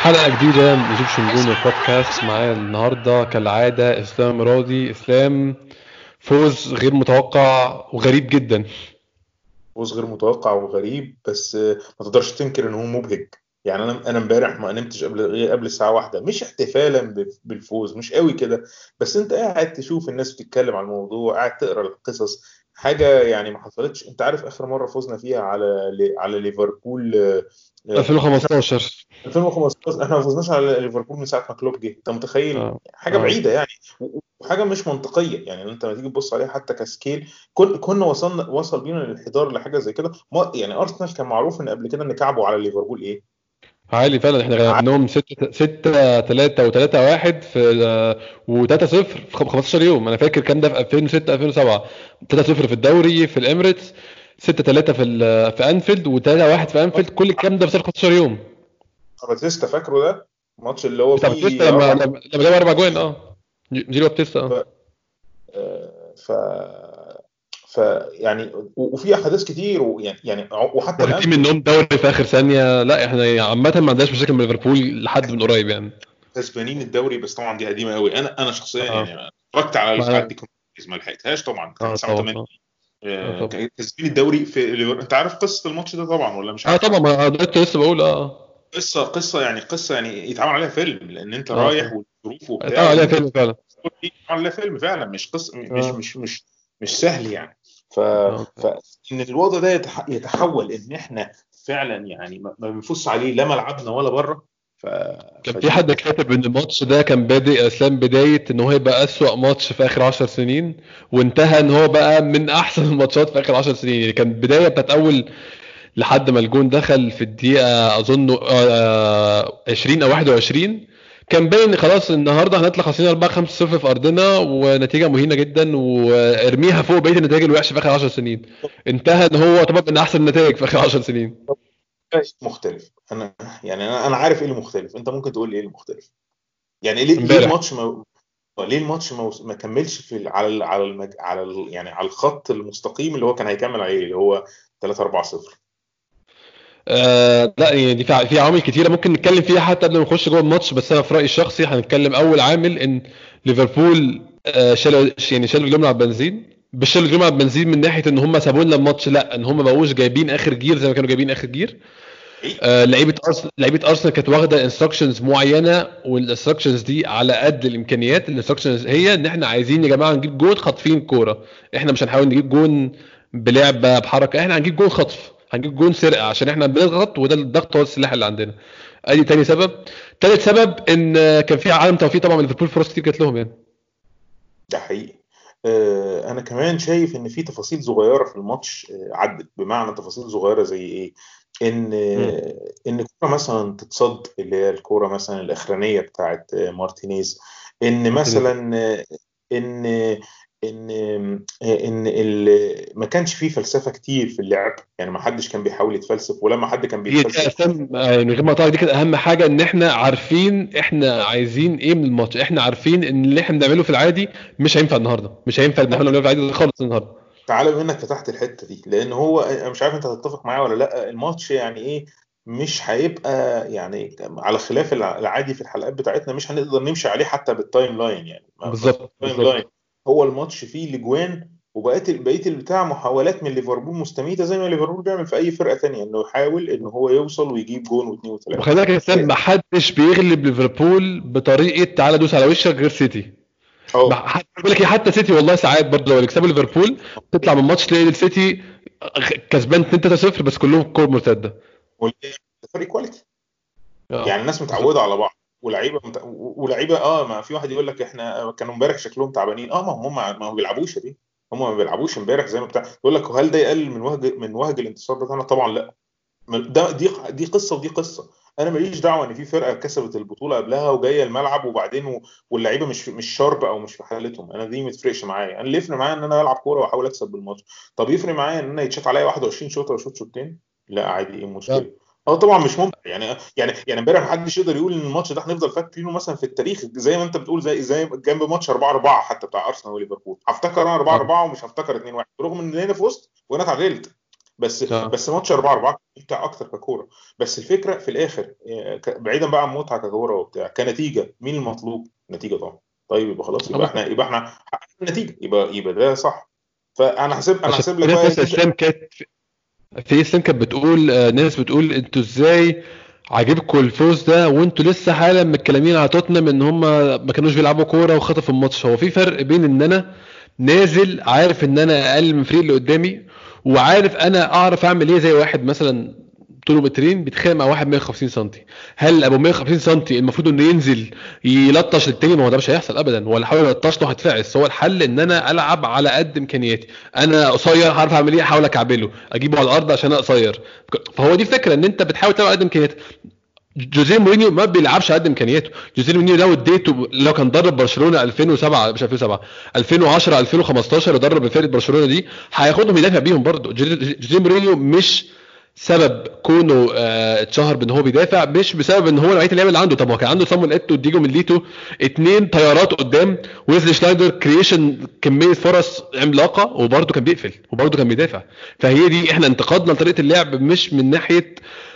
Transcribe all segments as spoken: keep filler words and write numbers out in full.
حلقة جديدة من ايجيبشن جونر بودكاست. معايا النهاردة كالعادة اسلام راضي. اسلام، فوز غير متوقع وغريب جدا. فوز غير متوقع وغريب، بس ما تقدرش تنكر ان هو مبهج. يعني انا انا امبارح ما نمتش قبل غير قبل الساعه واحدة، مش احتفالا ب- بالفوز، مش قوي كده. بس انت قاعد تشوف الناس بتتكلم عن الموضوع، قاعد تقرا القصص. حاجه يعني ما حصلتش. انت عارف اخر مره فوزنا فيها على على ليفربول؟ آه، آه، احنا ألفين وخمستاشر. ألفين وخمستاشر احنا ما فوزناش على ليفربول من ساعه ما كلوب جه. انت متخيل؟ اه حاجه اه بعيده يعني. و- وحاجه مش منطقيه. يعني انت لما تيجي تبص عليها حتى كسكيل، كن- كنا وصلنا وصل بينا للانحدار لحاجه زي كده. ما يعني ارسنال كان معروف ان قبل كده ان كعبه على ليفربول ايه. عالي فعلا. احنا عالي. غلبناهم ستة ستة تلاتة و3 واحد في و3 صفر في خمستاشر يوم. انا فاكر كان ده في ألفين وستة ألفين وسبعة. تلاتة صفر في الدوري في الاميريتس، ستة تلاتة في ال- في انفيلد و3 واحد في انفيلد. كل الكلام ده في خمستاشر يوم. باتيستا فاكره ده؟ الماتش اللي هو بتاع باتيستا فيه لما اربع. لما لما جاب اربع جوان. اه جيرو باتيستا. اه آه، ف ف يعني و- وفي احداث كتير، ويعني يعني وحتى واخدين الانفيلد. منهم دوري في اخر ثانيه. لا احنا عامه ما عندناش مشاكل من ليفربول لحد من قريب يعني. كسبانين الدوري، بس طبعا دي قديمه قوي. انا انا شخصيا اه يعني اتفرجت على ما الساعات انا دي، كنت ما لحقتهاش طبعا، كان اه طبعا تسعة وثمانين. اه اه آه، طبعا كان تسجيل الدوري في ليفر- انت عارف قصه الماتش ده طبعا ولا مش اه عارف؟ طبعا. ما أنا دلوقتي لسه بقول اه قصه قصه يعني قصه يعني يتعمل عليها فيلم، لان انت اه طبعا. رايح والظروف وبتاع اتقال وان عليها انت فيلم فعلا. تدخل دي يتعمل عليها فيلم فعلا، مش قصه، مش اه مش مش مش سهل يعني. ف اه فان الوضع ده يتح- يتحول ان احنا فعلا يعني ما ما بنفوز عليه لا ملعبنا ولا بره. ف... كان في فدي حد دي كاتب ان الماتش ده كان بادئ اسلام بدايه ان هو يبقى اسوأ ماتش في اخر عشر سنين، وانتهى ان هو بقى من احسن الماتشات في اخر عشر سنين. يعني كان بدايه بتاعت اول لحد ما الجون دخل في الدقيقة أظن آه، عشرين أو واحد وعشرين. كان باين خلاص النهارده هنطلع خمسين أربعة خمسة صفر في أرضنا، ونتيجة مهينة جدا وارميها فوق بقية النتائج الوحشة في آخر عشر سنين. انتهى إن هو طبعا من أحسن النتائج في آخر عشر سنين. مختلف. انا يعني انا انا عارف ايه المختلف. انت ممكن تقول لي ايه المختلف؟ يعني ليه ليه امبارح الماتش ما ليه الماتش ما, ما كملش في ال- على ال على المج... على ال... يعني على الخط المستقيم اللي هو كان هيكمل عليه، اللي هو ثلاثة أربعة صفر. آه لا يعني دي في في عوامل كتيرة ممكن نتكلم فيها حتى قبل ما نخش جوه الماتش. بس أنا في رأيي الشخصي هنتكلم أول عامل إن ليفربول آه شالوا يعني شالوا رجلهم على البنزين. مش شالوا رجلهم على البنزين من ناحية إن هم سابوا لنا الماتش، لا إن هم ما بقوش جايبين آخر جير زي ما كانوا جايبين آخر جير. حقيقي. آه لعيبة أرسنال لعيبة أرسنال كانت واخدة انستراكشنز معينة، والانستراكشنز دي على قد الإمكانيات. الانستراكشنز هي إن إحنا عايزين يا جماعة نجيب جون خاطفين الكورة. إحنا مش هنحاول نجيب جون بلعبة بحركة، إحنا هنجيب جون خطف، هنجيب جون سرقة عشان إحنا بنضغط، وده الضغط هو السلاح اللي عندنا. ادي تاني سبب. تالت سبب ان آه، كان في عالم توفيق طبعا من ليفربول، فرص كتير جات لهم يعني. ده حقيقي. آه، انا كمان شايف ان في تفاصيل صغيره في الماتش آه، عدت. بمعنى تفاصيل صغيره زي ايه؟ ان مم. آه، ان كوره مثلا تتصد، اللي هي الكوره مثلا الاخرانيه بتاعت آه، مارتينيز. ان مارتينيز. مثلا آه، ان ان آه، ان ال- ما كانش فيه فلسفه كتير في اللعب. يعني ما حدش كان بيحاول يتفلسف، ولما حد كان هي دي بيتفلسف اسام آه، من غير ما اقطعك، دي كانت اهم حاجه. ان احنا عارفين احنا عايزين ايه من الماتش. احنا عارفين ان اللي احنا بنعمله في العادي مش هينفع النهارده، مش هينفع ان احنا نعمله في العادي ده خالص النهارده. تعالى بما انك فتحت الحته دي، لان هو انا مش عارف انت هتتفق معايا ولا لا. الماتش يعني ايه؟ مش هيبقى يعني على خلاف الع- العادي في الحلقات بتاعتنا، مش هنقدر نمشي عليه حتى بالتايم لاين. يعني ما ما فيش بالظبط تايم لاين. بالظبط. هو الماتش فيه الاجوان، وبقيت بقيه البتاع محاولات من ليفربول مستميته، زي ما ليفربول بيعمل في اي فرقه تانية، انه يحاول ان هو يوصل ويجيب جون واثنين وثلاثه. وخلي بالك يا اسلام، ما حدش بيغلب ليفربول بطريقه تعالى دوس على وشك غير سيتي. ما اه. حتى بقول لك إيه، حتى سيتي والله ساعات برضه لو يكسبوا ليفربول تطلع من ماتش تلاقي السيتي كسبان اتنين تلاتة صفر بس كلهم كور مرتده. فريق كواليتي. يعني اه الناس بالظبط. متعوده على بعض، ولعيبه مت... ولعيبه. اه ما في واحد يقول لك احنا كانوا امبارح شكلهم تعبانين. اه ما هم ما ما بيلعبوش يا بيه. هم ما بيلعبوش امبارح زي ما بتاع يقول لك. هل ده يقلل من وهج من وهج الانتصار بتاعنا؟ طبعا لا. ده دي دي قصه ودي قصه. انا ماليش دعوه ان في فرقه كسبت البطوله قبلها وجايه الملعب وبعدين و... واللعيبه مش مش شارب او مش في حالتهم. انا دي ما تفرقش معايا. انا اللي يفرق معايا ان انا العب كوره واحاول اكسب بالماتش. طب يفرق معايا ان انا يتشاط عليا واحد وعشرين شوطه وشوط شوطين؟ لا عادي، ايه لا المشكله؟ اه طبعا مش ممتع. يعني يعني يعني امبارح ما حدش يقدر يقول ان الماتش ده هنفضل فاكرينه مثلا في التاريخ، زي ما انت بتقول، زي زي جنب ماتش أربعة أربعة حتى بتاع ارسنال وليفربول. هفتكر انا أربعة اه أربعة ومش هفتكر اتنين واحد، رغم ان هنا فزت وهنا اتعادلت. بس اه بس ماتش أربعة أربعة ممتع اكتر ككوره. بس الفكره في الاخر آه، ك- بعيدا بقى عن متعه ككوره وبتاع، كنتيجه مين المطلوب؟ نتيجه طبعا. طيب يبقى خلاص، آه، يبقى احنا بالظبط. يبقى احنا حققنا النتيجه، يبقى يبقى ده صح. فانا هسيب انا عشان هسيب لك في ناس بقى ناس إيه انت. اسلام كانت في اسلام كانت بتقول آه، ناس بتقول انتوا ازاي عاجبكم الفوز ده وانتوا لسه حالا متكلمين على توتنهام ان هم ما كانوش بيلعبوا كوره وخطفوا الماتش. هو في فرق بين ان انا نازل عارف ان انا اقل من الفريق اللي قدامي، وعارف انا اعرف اعمل ايه، زي واحد مثلا طوله مترين بيتخانق مع واحد مية وخمسين سنتي. هل ابو مية وخمسين سنتي المفروض انه ينزل يلطش للتاني؟ ما هو ده مش هيحصل ابدا، ولا حاول يلطش له هتفعس. هو الحل ان انا العب على قد امكانياتي. انا قصير هعرف اعمل ايه، احاول اكعبله اجيبه على الارض عشان انا قصير. فهو دي الفكره، ان انت بتحاول تلعب على قد امكانياتك. جوزيه مورينيو ما بيلعبش على قد امكانياته. جوزيه مورينيو لو اديته، لو كان درب برشلونه ألفين وسبعة مش ألفين وسبعة ألفين وعشرة ألفين وخمستاشر ودرب فرقه برشلونه دي، هياخدهم يدافع بيهم برضه. جوزيه جوزيه مورينيو مش سبب كونه آه، اتشهر بان هو بيدافع، مش بسبب ان هو نوعيه اللعب اللي عنده. طب هو كان عنده صامويل ايتو وديجو ميليتو، اتنين طيارات قدام، ويزلي شنايدر كرييشن كميه فرص عملاقه، وبرضه كان بيقفل وبرضه كان بيدافع. فهي دي احنا انتقادنا لطريقه اللعب، مش من ناحيه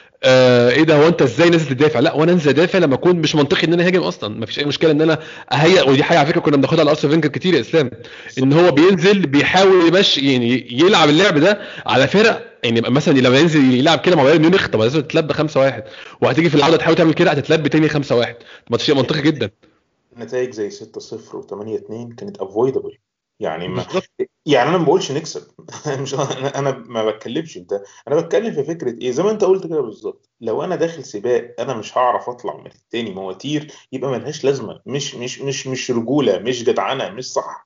آه ايه ده هو انت ازاي نازل تدافع. لا، وانا انزل ادافع لما اكون مش منطقي ان انا هاجم اصلا. مفيش اي مشكله ان انا اهيئ، ودي حاجه على فكره كنا بناخدها على ارسنال فينجر كتير يا اسلام، ان هو بينزل بيحاول يمشي يعني يلعب اللعب ده على فرق. يعني يبقى مثلا لما ينزل يلعب كده مع بايرن ميونخ، طب لازم تتلبى خمسة واحد، وهتيجي في العوده تحاول تعمل كده هتتلبى تاني خمسة واحد. ما ده شيء منطقي جدا. نتائج زي ستة صفر و8 اتنين كانت افويدبل. يعني ما بالظبط. يعني انا ما بقولش نكسب. مش انا انا ما بتكلمش في ده، انا بتكلم في فكره ايه، زي ما انت قلت كده بالظبط. لو انا داخل سباق انا مش هعرف اطلع من التاني مواتير، يبقى ملهاش لازمه، مش مش مش مش رجوله، مش جدعنه، مش صح.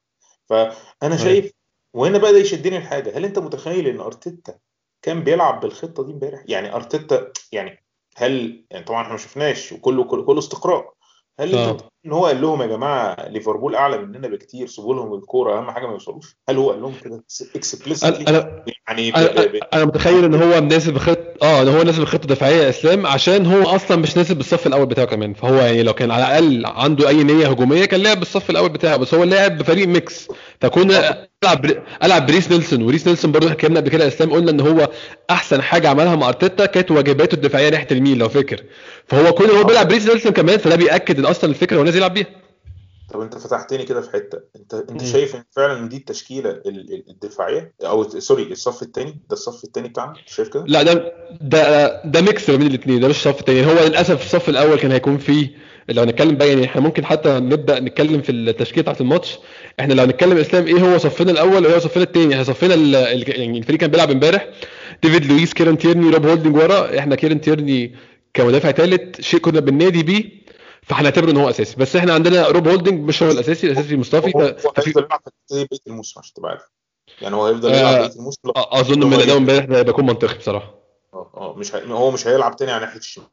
فانا ايوه. شايف. وهنا بقى ده يشدني الحاجه، هل انت متخيل ان ارتيتا كان بيلعب بالخطه دي امبارح؟ يعني ارتيتا يعني، هل يعني طبعا احنا ما شفناش وكله كله كله استقراء، هل انت اه متخيل ان هو قال لهم يا جماعه ليفربول اعلى مننا بكتير، سيبوا لهم الكوره اهم حاجه ما يوصلوش؟ هل هو قال لهم كده انا اكسبلسيتلي؟ انا يعني ب انا ب ب انا متخيل ان هو نازل بخط اه ان هو نازل بخطه دفاعيه يا اسلام، عشان هو اصلا مش نازل بالصف الاول بتاعه كمان. فهو يعني لو كان على الاقل عنده اي نيه هجوميه كان لعب بالصف الاول بتاعه، بس هو لعب بفريق ميكس. اه فكنا طب العب بر... العب بريس نيلسون. وريس نيلسون برضه اتكلمنا قبل كده يا اسلام، قلنا ان هو احسن حاجه عملها مع ارتيتا كانت واجباته الدفاعيه ناحيه اليمين لو فاكر. فهو كون إن هو اه بيلعب بريس نيلسون كمان، فده بياكد ان اصلا الفكره هو نازل يلعب بيها. طب انت فتحتني كده في حته، انت انت مم. شايف ان فعلا دي التشكيله ال- ال- الدفاعيه، او سوري الصف الثاني ده، الصف الثاني بتاعنا، انت شايف كده؟ لا، ده ده ده ميكس ما بين الاثنين، ده مش صف تاني. هو للاسف الصف الاول كان هيكون فيه، لو هنتكلم بقى يعني احنا ممكن حتى نبدا نتكلم في التشكيله بتاعت الماتش. احنا لو هنتكلم اسلام ايه هو صفنا الاول وايه هو صفنا الثاني. احنا صفنا ال- ال- يعني الفريق كان بيلعب امبارح ديفيد لويس، كيرن تيرني، روب هولدنج ورا. احنا كيرن تيرني كمدافع ثالث شيء كنا بننادي بيه، فهنعتبره ان هو اساسي. بس احنا عندنا روب هولدنج مش هو الاساسي، الاساسي مصطفي. ف... هو هو ففي هيفضل يلعب في الحته دي بقيه الموسم عشان تبقى عارف. يعني هو هيفضل يلعب بقيه آه الموسم لغايه اظن ما من الاداء يبدا. امبارح ده هيبقى يكون منطقي بصراحه. اه اه مش هي... هو مش هيلعب تاني على ناحيه الشمال.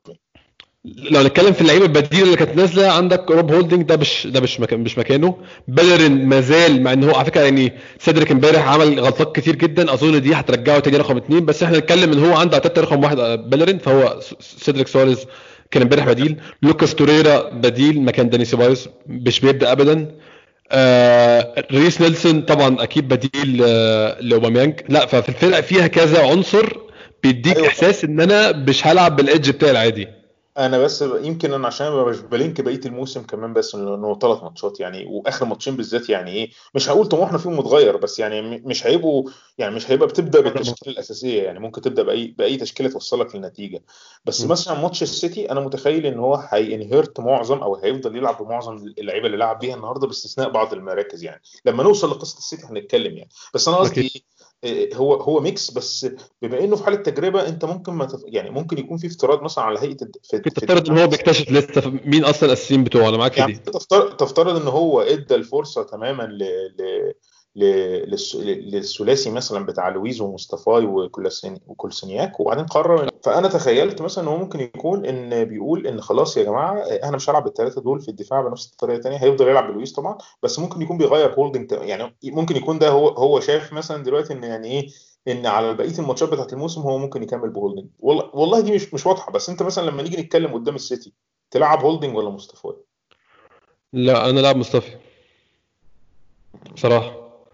لو نتكلم في اللعيبه البديله اللي كانت نازله، عندك روب هولدنج ده مش ده مش مكان مش مكانه. بيلرين ما زال، مع ان هو على فكره يعني سيدريك امبارح عمل غلطات كتير جدا، اظن دي هترجعه تاني رقم اثنين. بس احنا نتكلم ان هو عنده اتات رقم واحد آه، بيلرين. فهو س- سيدريك سواريز كان امبارح ده بديل. لوكاس توريرا بديل مكان داني سيبايوس، مش بيبدا ابدا. آه ريس نيلسون طبعا اكيد بديل آه لاوباميانج. لا، ففي الفرقه فيها كذا عنصر بيديك ايوه احساس ان انا مش هلعب بالادج بتاعي العادي. انا بس ب- يمكن انا عشان مش بلينك بقيه الموسم كمان، بس انه ثلاث ماتشات يعني، واخر ماتشين بالذات يعني ايه، مش هقول طموحنا فيهم متغير، بس يعني م- مش هيبقوا، يعني مش هيبقى بتبدا بالتشكيله الاساسيه، يعني ممكن تبدا باي باي تشكيله توصلك للنتيجه. بس مثلا ماتش السيتي انا متخيل ان هو هينهرت معظم، او هيفضل يلعب بمعظم اللعيبه اللي لعب بيها النهارده، باستثناء بعض المراكز يعني. لما نوصل لقصه السيتي هنتكلم يعني. بس انا قصدي اكيد. ايه، إيه، هو هو ميكس بس. بما انه في حاله تجربه، انت ممكن ما تف... يعني ممكن يكون في افتراض مثلا على هيئه الد- في كنت في تفترض ان الدفاع. هو بيكتشف لسه مين اصلا الاساسيين بتوعه. انا معاك في يعني دي. تفترض تفترض ان هو ادى الفرصه تماما ل... ل... ل... للس- للثلاثي مثلا بتاع لويز ومصطفاي وكولاسين وكولسينياك، وبعدين قرر. فانا تخيلت مثلا ان هو ممكن يكون ان بيقول ان خلاص يا جماعه، انا مش هلعب بالثلاثه دول في الدفاع بنفس الطريقه الثانيه، هيفضل يلعب بلويس طبعا، بس ممكن يكون بيغير هولدنج. يعني ممكن يكون ده هو هو شايف مثلا دلوقتي ان يعني ايه، ان على بقيه الماتشات بتاعت الموسم هو ممكن يكمل بهولدنج. والله والله دي مش مش واضحه. بس انت مثلا لما نيجي نتكلم قدام السيتي، تلعب هولدنج ولا مصطفى؟ لا، انا لاعب مصطفى بصراحه.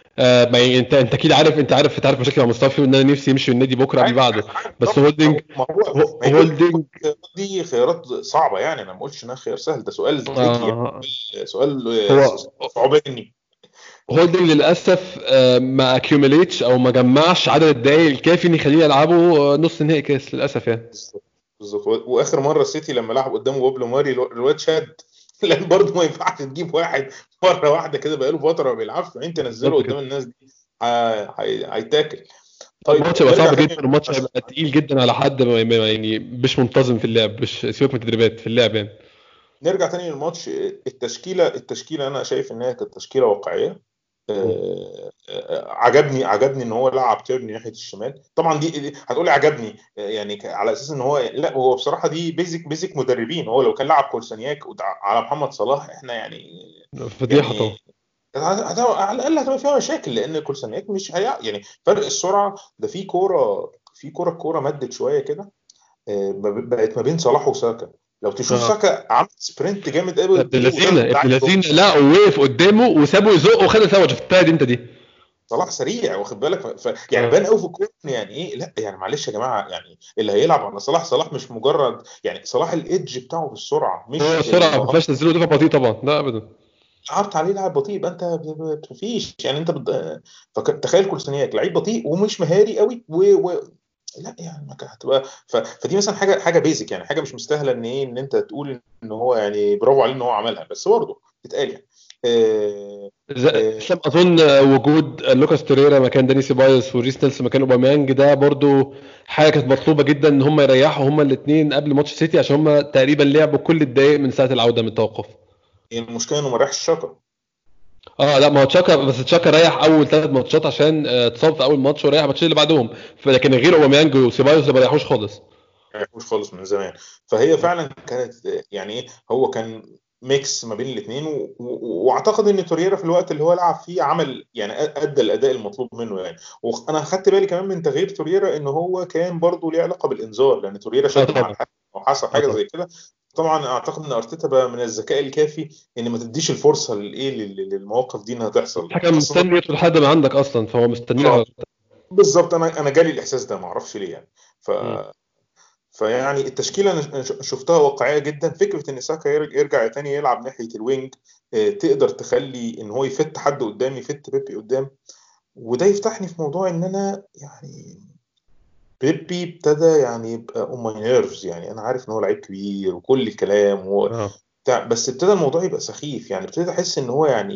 آه ما ي- انت انت اكيد عارف، انت عارف انت عارف مشاكل مع مصطفى ان انا نفسي يمشي من النادي بكره قبل عارف بعده. عارف بس طبعا. هولدنج، هو- ما هو هو- ما هي كل كل هولدنج الخيارات دي خيارات صعبه يعني. انا ما قلتش انها خيار سهل، ده سؤال تريكي يعني. آه سؤال آه، هو صعباني. هولدنج للاسف آه ما اكيوميليتش او ما جمعش عدد الدقائق الكافي ان يخليه يلعبوا آه، نص نهائي كاس للاسف يعني. بالظبط بالظبط. و- واخر مره السيتي لما لعب قدامه بابلو ماري، الو- الواد شد. لان برضه ما ينفعش تجيب واحد مره واحده كده بقاله فتره ما بيلعبش وبعدين تنزله بالظبط قدام كده. الناس دي. ه- هي- هيتاكل. طيب الماتش هيبقى نرجع صعب تاني جدا، والماتش للماتش. هيبقى تقيل جدا على حد ما ما- يعني مش منتظم في اللعب، مش سيبك من التدريبات في اللعب يعني. نرجع تاني للماتش. التشكيله التشكيله انا شايف ان هي كانت تشكيله واقعيه. مم. آه، آه، عجبني عجبني ان هو لعب تيرني ناحيه الشمال. طبعا دي, دي هتقولي عجبني آه، يعني ك- على اساس ان هو لا، هو بصراحه دي بيزك بيزك مدربين. هو لو كان لعب كولسانياك وتع- على محمد صلاح احنا يعني فضيحه يعني طبعا. هت- هت- على الاقل هتبقى فيها مشاكل، لان كولسانياك مش هي يعني فرق السرعه ده. في كوره في كوره الكوره مدت شويه كده، آه، بقت ما بين صلاح وساكا. لو تشوف اه ساكا عمل سبرنت جامد قوي ابن قدام وده اللذينه ابن عادي. اللذينه، لا ووقف قدامه وسابه يزق وخد سوا، شفتها دي انت دي؟ صلاح سريع واخد بالك. ف... ف- يعني اه بان قوي في الكوره إن يعني ايه، لا يعني معلش يا جماعه، يعني اللي هيلعب على صلاح، صلاح مش مجرد يعني صلاح الايدج بتاعه بالسرعه هو مش السرعه ما المهاره. ينفعش تنزله دفع بطيء طبعا، لا ابدا. عرضت عليه لاعب بطيء يبقى انت ب- ب- مفيش يعني انت بد... فتخيل كولسانياك لعيب بطيء ومش مهاري قوي و... و... لا يعني ما كانت هتبقى ف... فدي مثلا حاجه حاجه بيزك يعني، حاجه مش مستاهله ان ايه ان انت تقول ان هو يعني برافو عليه ان هو عملها، بس برضه تتقال يعني. آه... ز- آه... اسلام اظن وجود لوكاس توريرا مكان داني سيبايوس وريس نيلسون مكان اوباميانج ده برضو حاجه كانت مطلوبه جدا ان هم يريحوا هم الاثنين قبل ماتش سيتي، عشان هم تقريبا لعبوا كل الدقائق من ساعه العوده من التوقف. المشكله انه ما راحش الشاطر. اه لا ما هو تشاكا، بس تشاكا ريح اول ثلاث ماتشات عشان آه، اتصاب في اول ماتش، وريح الماتشين اللي بعدهم. فلكن غير اوباميانج وسيبايوس ما ريحوش خالص. ما يعرفوش خالص من زمان. فهي فعلا كانت يعني ايه، هو كان ميكس ما بين الاثنين. واعتقد ان توريرا في الوقت اللي هو لعب فيه عمل يعني ادى الاداء المطلوب منه يعني. وانا خدت بالي كمان من تغيير توريرا ان هو كان برضه ليه علاقه بالانذار، لان توريرا اه شد مع طبعا. الحكم او حصل اه حاجه طبعا. زي كده. طبعا اعتقد ان ارتيتا بقى من الذكاء الكافي ان ما تديش الفرصه للايه لل- للمواقف دي انها تحصل الحكم خاصه. مستني يدخل لحد ما عندك اصلا، فهو مستني اه لك. بالظبط. انا انا جالي الاحساس ده ما اعرفش ليه يعني. ف مم. فيعني التشكيله انا ش- شفتها واقعيه جدا. فكره ان ساكا يرج- يرجع تاني يلعب ناحيه الوينج، آه، تقدر تخلي ان هو يفت حد قدام، يفت بيبي قدام. وده يفتحني في موضوع ان انا يعني بيبي ابتدى يعني يبقى اون ماي نيرفز. يعني انا عارف ان هو لعيب كبير وكل الكلام اه وبتاع، بس ابتدى الموضوع يبقى سخيف. يعني ابتديت احس ان هو يعني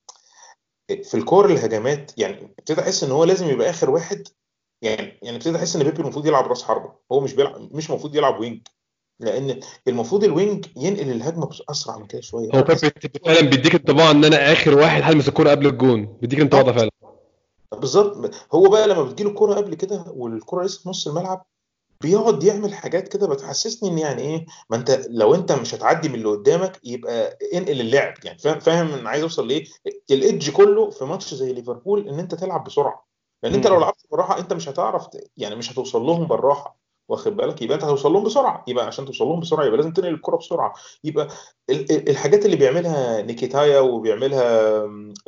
ايه في الكور الهجمات. يعني ابتديت احس ان هو لازم يبقى اخر واحد. يعني يعني ابتديت احس ان بيبي المفروض يلعب راس حربه، هو مش بيلعب مش المفروض يلعب وينج. لان المفروض الوينج ينقل الهجمه باسرع من كده شويه. هو انا بحس بيب فعلا بيديك انطباع ان انا اخر واحد هلمس الكوره قبل الجون، بيديك الانطباع ده بالظبط فعلا. بالظبط. هو بقى لما بتجيله الكوره قبل كده والكوره لسه في نص الملعب، بيقعد يعمل حاجات كده بتحسسني ان يعني ايه، ما انت لو انت مش هتعدي من اللي قدامك يبقى انقل اللعب. يعني فاهم فاهم انا عايز اوصل لايه. الايدج كله في ماتش زي ليفربول ان انت تلعب بسرعه، لان انت لو مم. لعبت بالراحه انت مش هتعرف ت- يعني مش هتوصل لهم بالراحه. واخد بالك، يبقى انت هتوصل لهم بسرعه. يبقى عشان توصل لهم بسرعه يبقى لازم تنقل الكره بسرعه. يبقى ال- ال- الحاجات اللي بيعملها نيكيتايا وبيعملها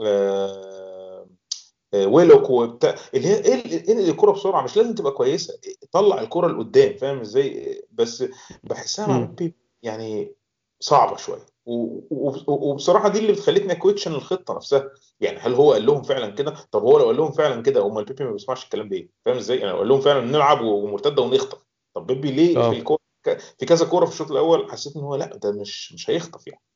آه، ويلوك وبتاع، اللي هي ايه انقل الكرة بسرعه، مش لازم تبقى كويسه، طلع الكرة لقدام. فاهم ازاي؟ بس بحسها مع مم. بيبي يعني صعبه شويه. و- و- وبصراحه دي اللي بتخليتني اكويتشن الخطه نفسها. يعني هل هو قال لهم فعلا كده؟ طب هو لو قال لهم فعلا كده امال بيبي ما بيسمعش الكلام ده ليه؟ فاهم ازاي؟ يعني لو قال لهم فعلا نلعب ومرتده ونخطف، طب بيبي ليه في اه الكوره في كذا كوره في الشوط الاول حسيت ان هو لا ده مش مش هيخطف يعني.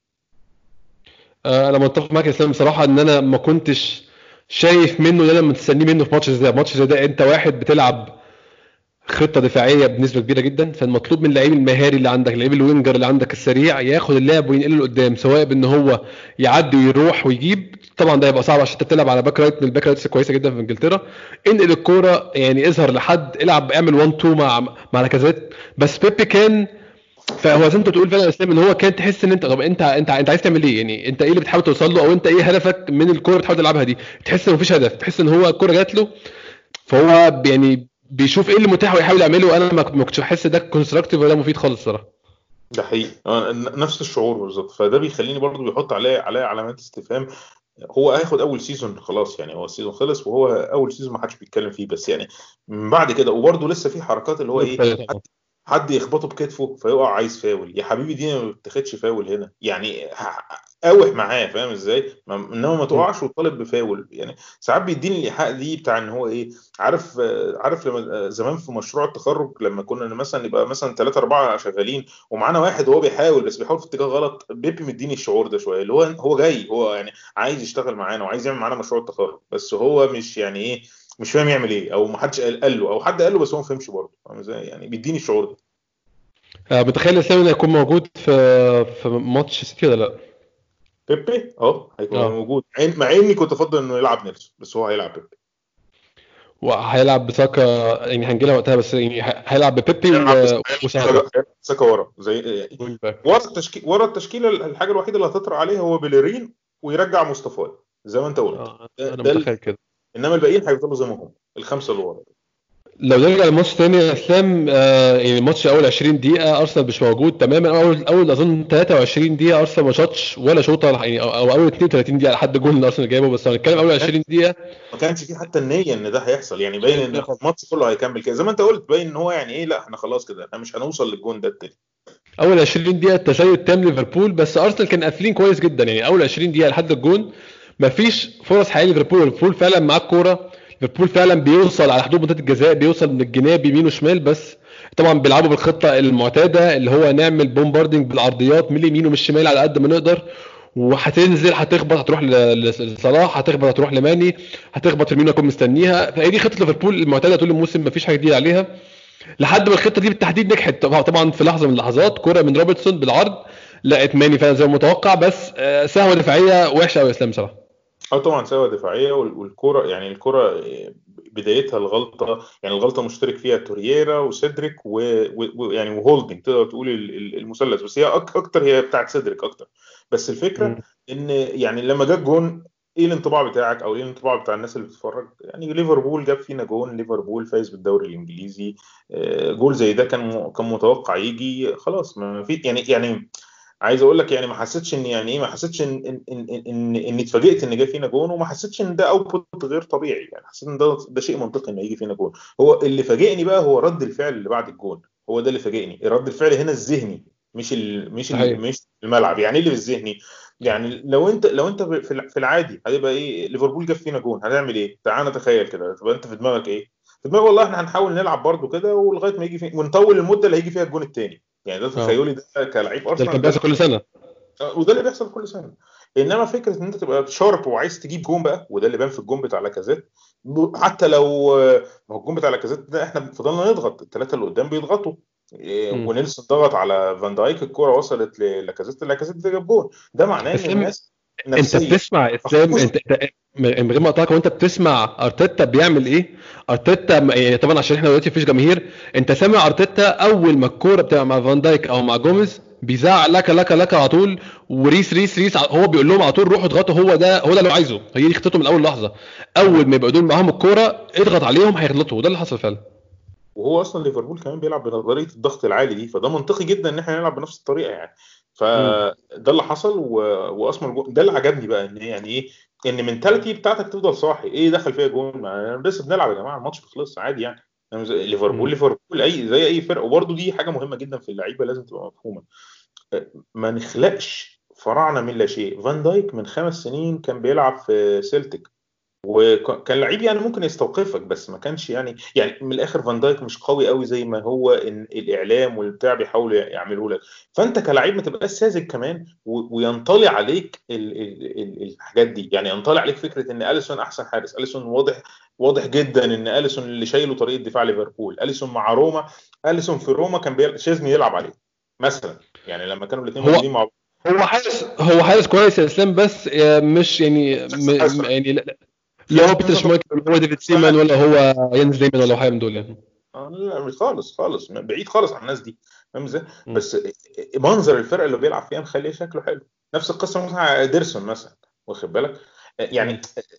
آه، انا متفق معاك يا اسلام بصراحه، ان انا ما كنتش شايف منه اللي انا مستنيه منه في ماتش زي ده. ماتش زي ده انت واحد بتلعب خطه دفاعيه بنسبه كبيره جدا، فالمطلوب من اللعيب المهاري اللي عندك، اللعيب الوينجر اللي عندك السريع، ياخد اللعب وينقله لقدام، سواء بان هو يعدي ويروح ويجيب. طبعا ده هيبقى صعب عشان انت بتلعب على باك رايت من الباك رايتس كويسه جدا في انجلترا. انقل الكوره يعني اظهر لحد، العب اعمل واحد اتنين مع مع لاكازيت. بس بيبي كان، فهو زي ما انت بتقول فعلا يا اسلام، ان هو كان تحس ان انت، طب انت انت انت عايز تعمل ايه يعني؟ انت ايه اللي بتحاول توصل له؟ او انت ايه هدفك من الكوره اللي بتحاول تلعبها دي؟ تحس ان مفيش هدف، تحس ان هو الكوره جات له فهو يعني بيشوف ايه اللي متاح ويحاول يعمله. انا ما ما كنتش بحس ده كونستراكتيف ولا مفيد خالص صراحه. ده حقيقي. أنا ن- نفس الشعور بالظبط. فده بيخليني برضو بيحط عليا عليا علامات استفهام هو هياخد اول سيزون خلاص، يعني هو السيزون خلص وهو اول سيزون ما حدش بيتكلم فيه، بس يعني من بعد كده وبرده لسه في حركات اللي هو ايه، حد, حد يخبطه بكتفه فيقع عايز فاول. يا حبيبي دي ما بتاخدش فاول هنا، يعني قاوح معاه، فاهم ازاي؟ انما ما تقعش وطالب بفاول. يعني ساعات بيديني الايحاء دي بتاع ان هو ايه، عارف عارف لما زمان في مشروع التخرج لما كنا مثلا يبقى مثلا ثلاثة أربعة شغالين ومعانا واحد وهو بيحاول بس بيحاول في اتجاه غلط، بيبي مديني الشعور ده شويه، اللي هو هو جاي هو يعني عايز يشتغل معانا وعايز يعمل معانا مشروع التخرج، بس هو مش يعني ايه، مش فاهم يعمل ايه، او ما حدش قال, قال له، او حد قال له بس هو ما فهمش برضه، فاهم ازاي؟ يعني بيديني الشعور ده. آه، متخيل اسلام انه يكون موجود في في ماتش سيتي ولا لا؟ بيبي اه هيكون اه، موجود، عين- مع اني كنت افضل انه يلعب نيلسون، بس هو هيلعب بيبي. وهيلعب بساكا، يعني هنجيلها وقتها، بس يعني ه- هيلعب ببيبي هيلعب بس و- وساكا هيلعب ساكا ورا زي وينج باك. ورا التشكيل، ورا التشكيله الحاجه الوحيده اللي هتطرق عليها هو بيليرين، ويرجع مصطفى زي ما انت قلت. اه، ده, انا ده ال... متخيل كده. انما الباقيين هيفضلوا زي ما هم الخمسه اللي ورا. لو نرجع للماتش تاني يا اسلام، آه يعني الماتش اول عشرين دقيقة ارسنال مش موجود تماما. اول اول اظن ثلاثة وعشرين دقيقة ارسنال ما شاطش ولا شوطة، يعني او, أو اول اثنين وثلاثين دقيقة لحد جول اللي ارسنال جايبه، بس هنتكلم اول عشرين دقيقة. ما كانش في حتى النية ان ده هيحصل، يعني باين عشان ان كده خلاص. الماتش كله هيكمل كده زي ما انت قلت، باين ان هو يعني ايه، لا احنا خلاص كده احنا مش هنوصل للجون ده التاني. اول عشرين دقيقة تسيد تام ليفربول، بس ارسنال كان قافلين كويس جدا. يعني اول عشرين دقيقة لحد الجون مفيش فرص حقيقية ليفربول. ليفربول فعلا معاه الكورة، ليفربول فعلا بيوصل على حدود منطقة الجزاء، بيوصل من الجناب يمين وشمال، بس طبعا بيلعبوا بالخطة المعتادة اللي هو نعمل بومباردنج بالعرضيات من اليمين ومن الشمال على قد ما نقدر، وهتنزل هتخبط هتروح ل- لصلاح، هتخبط هتروح لماني، هتخبط يمين يكون مستنيها. فهي دي خطة ليفربول المعتادة طول الموسم، مفيش حاجة جديدة عليها. لحد ما الخطه دي بالتحديد نجحت. طبعا طبعاً في لحظه من اللحظات كره من روبرتسون بالعرض لقت ماني فعلا زي ما متوقع، بس آه، سهوه دفاعيه وحشه قوي يا اسلام بصراحه. اه طبعا سوا دفاعيه، وال- والكره يعني الكره بدايتها الغلطه، يعني الغلطه مشترك فيها تورييرا وسيدريك ويعني و... و- يعني وهولدنج، تقدر تقول ال- ال- المثلث، بس هي أك... اكتر هي بتاعت سيدريك اكتر. بس الفكره مم. ان يعني لما جاب جون، ايه الانطباع بتاعك او ايه الانطباع بتاع الناس اللي بتتفرج؟ يعني ليفربول جاب فينا جون، ليفربول فايز بالدوري الانجليزي، آه، جول زي ده كان م- كان متوقع يجي خلاص، ما في يعني يعني عايز اقول لك يعني ما حسيتش ان يعني ايه، ما حسيتش ان ان ان ان, إن, إن اتفاجئت ان جاي فينا جون، وما حسيتش ان ده اوتبوت غير طبيعي، يعني حسيت ان ده ده شيء منطقي ان يجي فينا جون. هو اللي فاجئني بقى هو رد الفعل اللي بعد الجون، هو ده اللي فاجئني، رد الفعل هنا الذهني، مش ال مش ال صحيح. مش الملعب. يعني ايه اللي بالذهني؟ يعني لو انت لو انت في الع- في العادي هيبقى ايه، ليفربول جاب فينا جون هنعمل ايه؟ تعال نتخيل كده، تبقى انت في دماغك ايه؟ في دماغي والله احنا هنحاول نلعب برضو كده ولغايه ما يجي في ونطول المده اللي هيجي فيها الجون الثاني. يعني ده اه، تخيلي، ده كلاعب ده اللي كان ارسنال ده. بيحصل كل سنه. وده اللي بيحصل كل سنه. انما فكره ان انت تبقى شارب وعايز تجيب جون بقى، وده اللي بان في الجون بتاع لاكازيت. حتى لو ما هو الجون بتاع لاكازيت ده احنا فضلنا نضغط، الثلاثه اللي قدام بيضغطوا، إيه، مم. ونيلسون ضغط على فان دايك، الكوره وصلت للاكازيت، لاكازيت ده جاب جون. ده معناه ان اسلام، الناس انت نفسيا بتسمع اسلام، مخصوص. انت انت من غير ما اقطعك، وانت بتسمع ارتيتا بيعمل ايه؟ ارتيتا م- يعني طبعا عشان احنا دلوقتي مفيش جماهير، انت سامع ارتيتا اول ما الكوره بتبقى مع فان دايك او مع جوميز بيزعق لك لك لك على طول، وريس ريس ريس ع- هو بيقول لهم على طول روحوا اضغطوا. هو ده هو ده اللي هو عايزه، هي دي خطته من اول لحظه. اول ما يبقى دول معاهم الكوره اضغط عليهم هيغلطوا، وده اللي حصل فعلا. وهو اصلا ليفربول كمان بيلعب بنظريه الضغط العالي دي، فده منطقي جدا ان احنا نلعب بنفس الطريقه يعني. مم. فده اللي حصل و... واصلا الجو- ده اللي عجبني بقى، ان يعني ايه، ان المنتاليتي بتاعتك تفضل صاحي. ايه دخل فيها جون، ما لسه بنلعب يا جماعه، الماتش بيخلص عادي يعني. يعني زي- ليفربول مم. ليفربول اي زي اي فرقه. وبرده دي حاجه مهمه جدا في اللعيبه لازم تبقى مفهومه، ما نخلقش فراعنه من لا شيء. فان دايك من خمس سنين كان بيلعب في سيلتيك، وكان لعيب يعني ممكن يستوقفك، بس ما كانش يعني يعني من الاخر فان دايك مش قوي قوي زي ما هو إن الاعلام والبتاع بيحاولوا يعملوا لك. فانت كلاعب ما تبقاش ساذج كمان و- وينطلي عليك ال ال ال الحاجات دي، يعني ينطلي عليك فكره ان اليسون احسن حارس. اليسون واضح واضح جدا ان اليسون اللي شايله طريقه دفاع ليفربول. اليسون مع روما، اليسون في روما كان بيل... شيزني يلعب عليه مثلا، يعني لما كانوا الاثنين هو موجودين مع بعض. هو حارس هو حارس كويس يا اسلام، بس آه، مش يعني م... م- يعني لا في لا ناس هو بيتر هتبقى شمايكل ولا هو ديفيد سيمان ولا هو يانز دايمان ولا هو حاجه من دول يعني. آه، لا مش خالص خالص، بعيد خالص عن الناس دي، فاهم ازاي؟ مم. بس منظر الفرقه اللي بيلعب فيها مخليه شكله حلو. نفس القصه مثلا على ادرسون مثلا، واخد بالك؟ يعني مم.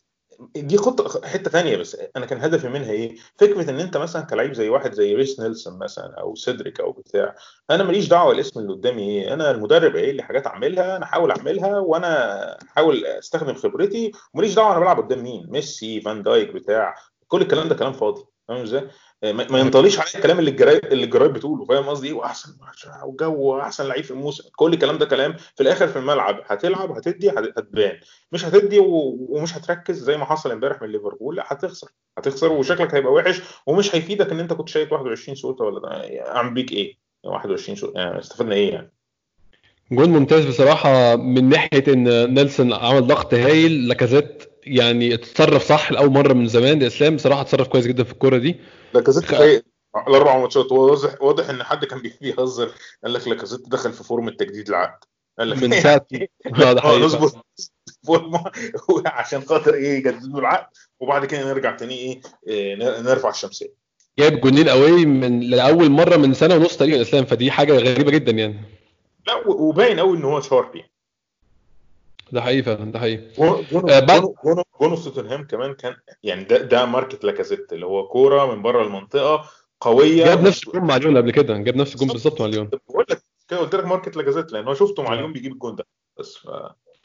دي خطه حته ثانيه، بس انا كان هدفي منها ايه؟ فكره ان انت مثلا كلاعب زي واحد زي ريس نيلسون مثلا او سيدريك او بتاع، انا ماليش دعوه الاسم اللي قدامي ايه، انا المدرب ايه اللي حاجات اعملها انا احاول اعملها، وانا احاول استخدم خبرتي، وماليش دعوه انا بلعب قدام مين، ميسي فان دايك بتاع، كل الكلام ده كلام فاضي. فاهم ازاي؟ ما ما ينطليش عليه الكلام اللي الجرايد اللي الجرايد بتقوله. فاهم قصدي ايه؟ واحسن وجو احسن لعيب في الموسم، كل الكلام ده كلام. في الاخر في الملعب هتلعب هتدي هت- هتبان. مش هتدي و- ومش هتركز زي ما حصل امبارح من ليفربول، لا هتخسر. هتخسر وشكلك هيبقى وحش، ومش هيفيدك ان انت كنت شايط واحد وعشرين شوطه ولا ده. اعمل بيك ايه واحد وعشرين شوطه؟ يعني استفدنا ايه يعني؟ جون ممتاز بصراحة من ناحية ان نيلسون عمل ضغط هايل. لاكازيت يعني اتصرف صح لأول مرة من زمان، الاسلام بصراحة اتصرف كويس جدا في الكرة دي. لاكازيت خ- فايق الاربع ماتشات. هو واضح واضح ان حد كان بي- بيهزر. قال لك لاكازيت دخل في فورم التجديد العقد. قال لك من يعني ساعة اه لا ده اه حقيقة. نظبط فورمه عشان خاطر ايه؟ يجددوا العقد وبعد كده نرجع تاني ايه, إيه ن- نرفع الشمسيه. جايب جونين قوي من لأول مرة من سنة ونص تقريبا الاسلام، فدي حاجة غريبة جدا يعني. لا و- وباين قوي ان هو شارب يعني. ده حقيقي فعلا، ده حقيقي. جون- جونه آه بعد جونه جونه جونه في توتنهام كمان كان يعني ده ده ماركت لاكازيت، اللي هو كوره من بره المنطقه قويه. جاب نفس الجون مع ليون قبل كده، جاب نفس الجون بالظبط مع ليون. بقول لك كده، قلت لك ماركت لاكازيت لان هو شفته مع آه. اليوم بيجيب الجون ده بس ف...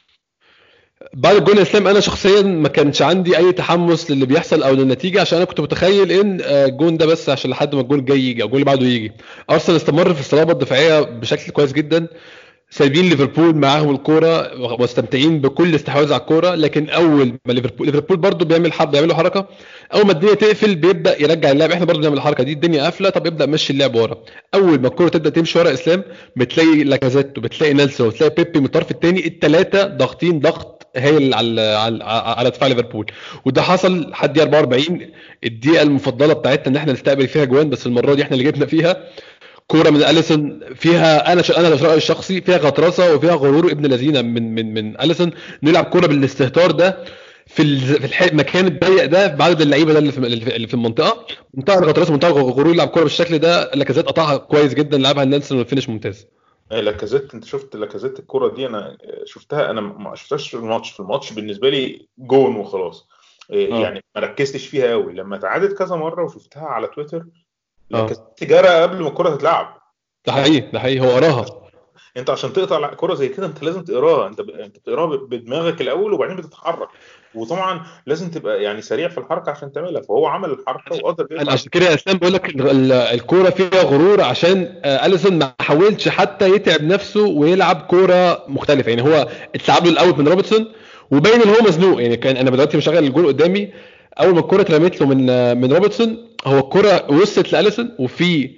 بعد الجون الاسلام انا شخصيا ما كانش عندي اي تحمس للي بيحصل او للنتيجه، عشان انا كنت متخيل ان آه، الجون ده بس عشان لحد ما الجون الجاي يجي او الجون اللي بعده يجي. ارسنال استمر في الصلابه الدفاعيه بشكل كويس جدا، سايبين ليفربول معاهم الكوره واستمتعين بكل استحواذ على الكوره. لكن اول ما ليفربول ليفربول برضو بيعمل حرب، بيعملوا حركه اول ما الدنيا تقفل بيبدا يرجع اللعب. احنا برضو بنعمل الحركه دي، الدنيا قافله طب ابدا مشي اللعب ورا. اول ما الكوره تبدا تمشي ورا اسلام بتلاقي لاكازيت وبتلاقي نيلسون وبتلاقي بيبي من الطرف الثاني، الثلاثه ضاغطين ضغط هايل على على على دفاع ليفربول. وده حصل لحد دقيقه أربعة وأربعين، الدقيقه المفضله بتاعتنا ان احنا نستقبل فيها جوان، بس المره دي احنا اللي جبنا فيها. كوره من اليسون فيها انا ش... انا رايي الشخصي فيها غطرسه وفيها غرور ابن لذينه من من من اليسون، نلعب كوره بالاستهتار ده في ال... في الح... المكان الضيق ده بعدد اللعيبه ده اللي في اللي في المنطقه. منتهى الغطرسه منتهى الغرور يلعب كوره بالشكل ده. لاكازيت قطعها كويس جدا، لعبها نيلسون والفينش ممتاز. آه، لاكازيت، انت شفت لاكازيت الكرة دي؟ انا شفتها، انا ما شفتهاش في الماتش. في الماتش بالنسبة لي جون وخلاص. آه، اه يعني ما ركزتش فيها قوي. لما اتعادت كذا مرة وشفتها على تويتر، لاكازيت اه جرى قبل ما الكرة تتلعب. ده حقيقي، ده حقيقي هو وراها. انت عشان تقطع كرة زي كده انت لازم تقراها. انت ب... انت بتقراها ب- بدماغك الاول وبعدين بتتحرك. وطبعا لازم تبقى يعني سريع في الحركة عشان تعملها. فهو عمل الحركة وقدر انا يقطع. عشان كده يا اسلام بقول لك ال- ال- الكوره فيها غرور، عشان آه، اليسون ما حاولش حتى يتعب نفسه ويلعب كوره مختلفه. يعني هو اتلعب له الاوت من روبرتسون وباين ان هو مزنوق. يعني كان انا دلوقتي مشغل الجول قدامي، اول ما الكوره اترمت له من آه، من روبرتسون، هو الكوره وصلت لاليسون وفي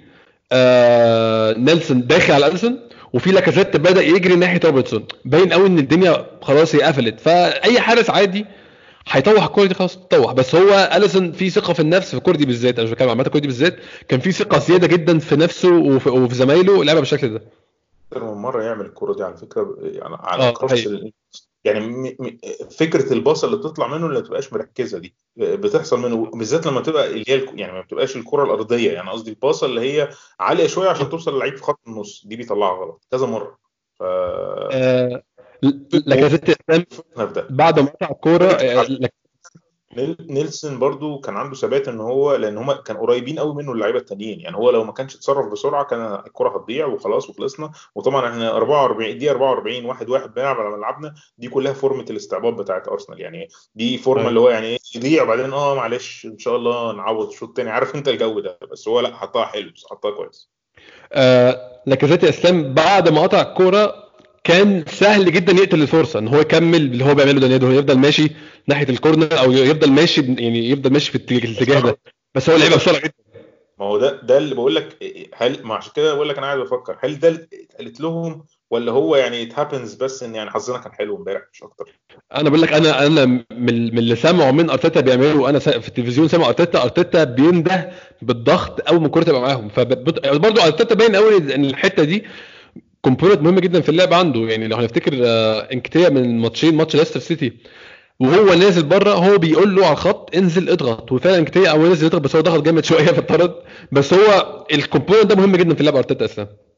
آه نيلسون داخل على اليسون، وفي لاكازيت بدا يجري ناحيه روبرتسون. باين قوي ان الدنيا خلاص هي قفلت، فاي حارس عادي هيطوح الكوره دي خلاص تطوح. بس هو اليسون في ثقه في النفس في الكوره دي بالذات، انا مش بتكلم عامه الكوره دي بالذات، كان في ثقه زياده جدا في نفسه وفي, وفي زمايله لعبه بالشكل ده. اكتر من مره يعمل الكرة دي على فكره، يعني على اه ده كروس حقيقي. ال... يعني م... م... فكره الباصه اللي بتطلع منه اللي ما تبقاش مركزه دي بتحصل منه، بالذات لما تبقى اللي هي الك- يعني ما بتبقاش الكره الارضيه. يعني قصدي الباصه اللي هي عاليه شويه عشان توصل للعيب في خط النص، دي بيطلعها غلط كذا مره. ف آه هو لاكازيت اسلام فكرنا في ده. بعد ما قطع الكوره آه نيل- نيلسون برضو كان عنده ثبات ان هو، لان هم كان قريبين قوي منه اللعيبه التانيين. يعني هو لو ما كانش اتصرف بسرعه كان الكره هتضيع وخلاص وخلصنا. وطبعا احنا أربعة وأربعين دي أربعة وأربعين واحد واحد بنلعب على ملعبنا، دي كلها فورمه الاستعباط بتاعت ارسنال. يعني دي فورمه أيوة. اللي هو يعني ايه، يضيع وبعدين اه معلش ان شاء الله نعوض شوط تاني. عارف انت الجو ده. بس هو لا، حطها حلو، حطها كويس. آه لاكازيت اسلام بعد ما قطع الكوره كان سهل جدا يقتل الفرصه ان هو يكمل اللي هو بيعمله ده، إن هو يفضل ماشي ناحيه الكورنر او يفضل ماشي، يعني يفضل ماشي في الاتجاه الاتجاه ده. بس هو هو لعبها ده. بسرعه جدا. ما هو ده ده اللي بقول لك. هل ما عشان كده بقول لك انا قاعد بفكر هل ده اللي اتقالت لهم، ولا هو يعني ات هابنز بس ان يعني حظنا كان حلو امبارح مش اكتر. انا بقول لك انا انا من من اللي سامعه من ارتيتا بيعمله، انا سا- في التلفزيون سامع ارتيتا ارتيتا بينده بالضغط اول ما الكوره تبقى معاهم. فبرضه ارتيتا باين قوي ان الحته دي كومبوننت مهم جدا في اللعب عنده. يعني لو هنفتكر آه، انكتيا من ماتشين، ماتش ليستر سيتي وهو نازل بره هو بيقول له على الخط انزل اضغط، وفعلا انكتيا اول نزل يضغط بس هو ضغط جامد شويه في الطرد. بس هو الكومبوننت ده مهم جدا في اللعب ارتيتا اصلا.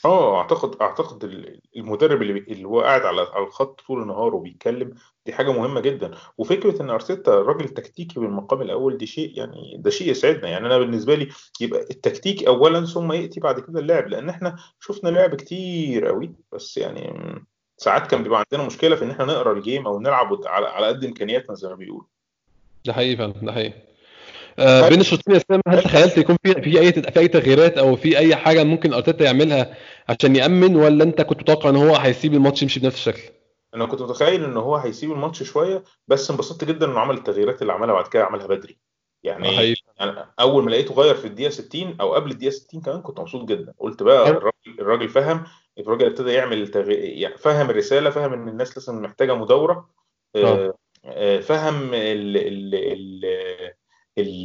اه اعتقد اعتقد ال- المدرب اللي بي- اللي هو قاعد على على الخط طول النهار وبيتكلم، دي حاجه مهمه جدا. وفكره ان ارتيتا راجل تكتيكي بالمقام الاول، دي شيء يعني ده شيء يسعدنا. يعني انا بالنسبه لي يبقى التكتيك اولا ثم ياتي بعد كده اللعب، لان احنا شفنا لعب كتير قوي بس يعني م، ساعات كان بيبقى عندنا مشكله في ان احنا نقرا الجيم او نلعب على على قد امكانياتنا زي ما بيقولوا. ده حقيقي فعلا، ده حقيقي. آه، هل بين الشوطين يا اسلام، هل تخيلت يكون في في اي في اي تغييرات او في اي حاجه ممكن ارتيتا يعملها عشان يامن، ولا انت كنت متوقع ان هو هيسيب الماتش يمشي بنفس الشكل؟ انا كنت متخيل ان هو هيسيب الماتش شويه، بس انبسطت جدا انه عمل التغييرات اللي عملها بعد كده، عملها بدري. ده يعني حقيقي. يعني اول ما لقيته غير في الدقيقه ستين او قبل الدقيقه ستين كمان كنت مبسوط جدا. قلت بقى أو- الراجل الراجل فهم. الراجل ابتدى يعمل تغي... يعني فهم الرساله، فهم ان الناس لسه محتاجه مدوره. اه آه، آه، فهم ال... ال... ال... ال...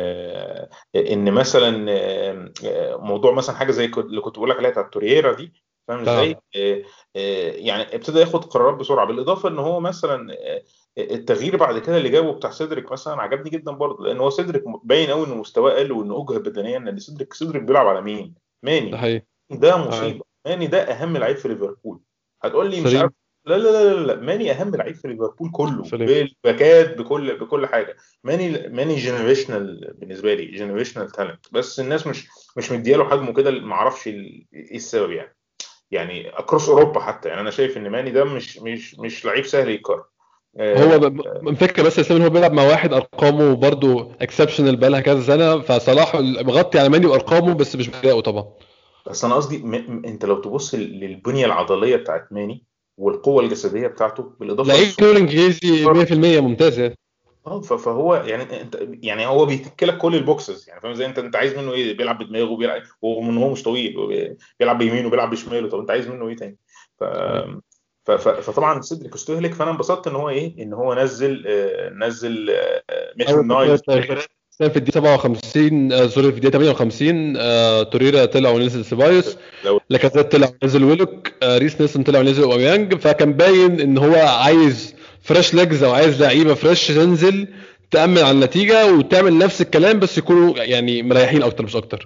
آه، ان مثلا آه، آه، موضوع مثلا حاجه زي كنت- اللي كنت بقول لك عليها بتاعت تورييرا دي. فاهم ازاي؟ اه آه، آه، يعني ابتدى ياخد قرارات بسرعه، بالاضافه ان هو مثلا آه، التغيير بعد كده اللي جابه بتاع سيدريك مثلا عجبني جدا برضه، لان هو سيدريك باين قوي ان مستواه قل وانه اجهد بدنيا، لان سيدريك سيدريك بيلعب على مين؟ ده ماني. حقيقي. ده آه. مصيبه، ماني ده اهم لعيب في ليفربول. هتقول لي مش عارف. سليم. لا لا لا لا لا. ماني اهم لعيب في ليفربول كله، سليم. بالباكات بكل بكل حاجه. ماني ماني جنريشنال بالنسبه لي، جنريشنال تالنت، بس الناس مش مش مدياله حجمه كده، ما اعرفش ال- ايه السبب يعني. يعني اكروس اوروبا حتى، يعني انا شايف ان ماني ده مش مش مش لعيب سهل يتكرر. هو آه، ب- ب- الفكره بس يا اسلام ان هو بيلعب مع واحد ارقامه برضه اكسبشنال بقالها كذا سنه، فصلاح مغطي على ماني وارقامه بس مش بأدائه طبعا. بس انا قصدي م... م... انت لو تبص للبنيه العضليه بتاعت ماني والقوه الجسديه بتاعته بالاضافه لعيب للسرعه. دوري انجليزي مية في المية ممتاز يعني. اه ف- فهو يعني انت يعني هو بيتكلك كل البوكسز، يعني فاهم زي انت انت عايز منه ايه؟ بيلعب بدماغه، بيلعب ومن هو مش طويل، وبي- بيلعب بيمينه وبيلعب بشماله. طب انت عايز منه ايه تاني؟ ف... صحيح. ف... ف... فطبعا سيدريك استهلك، فانا انبسطت ان هو ايه، ان هو نزل آه، نزل آه، اول ميشن نايلز. تغييرات اسلام في الدقيقه سبعة وخمسين، آه، سوري في الدقيقه ثمانية وخمسين، آه، توريرا طلع ونزل سيبايوس، لو لاكازيت طلع ونزل ويلوك، آه، ريس نيلسون طلع ونزل اوباميانج. فكان باين ان هو عايز فريش ليجز او عايز لعيبه فريش تنزل تامن على النتيجه وتعمل نفس الكلام، بس يكونوا يعني مريحين اكتر مش اكتر.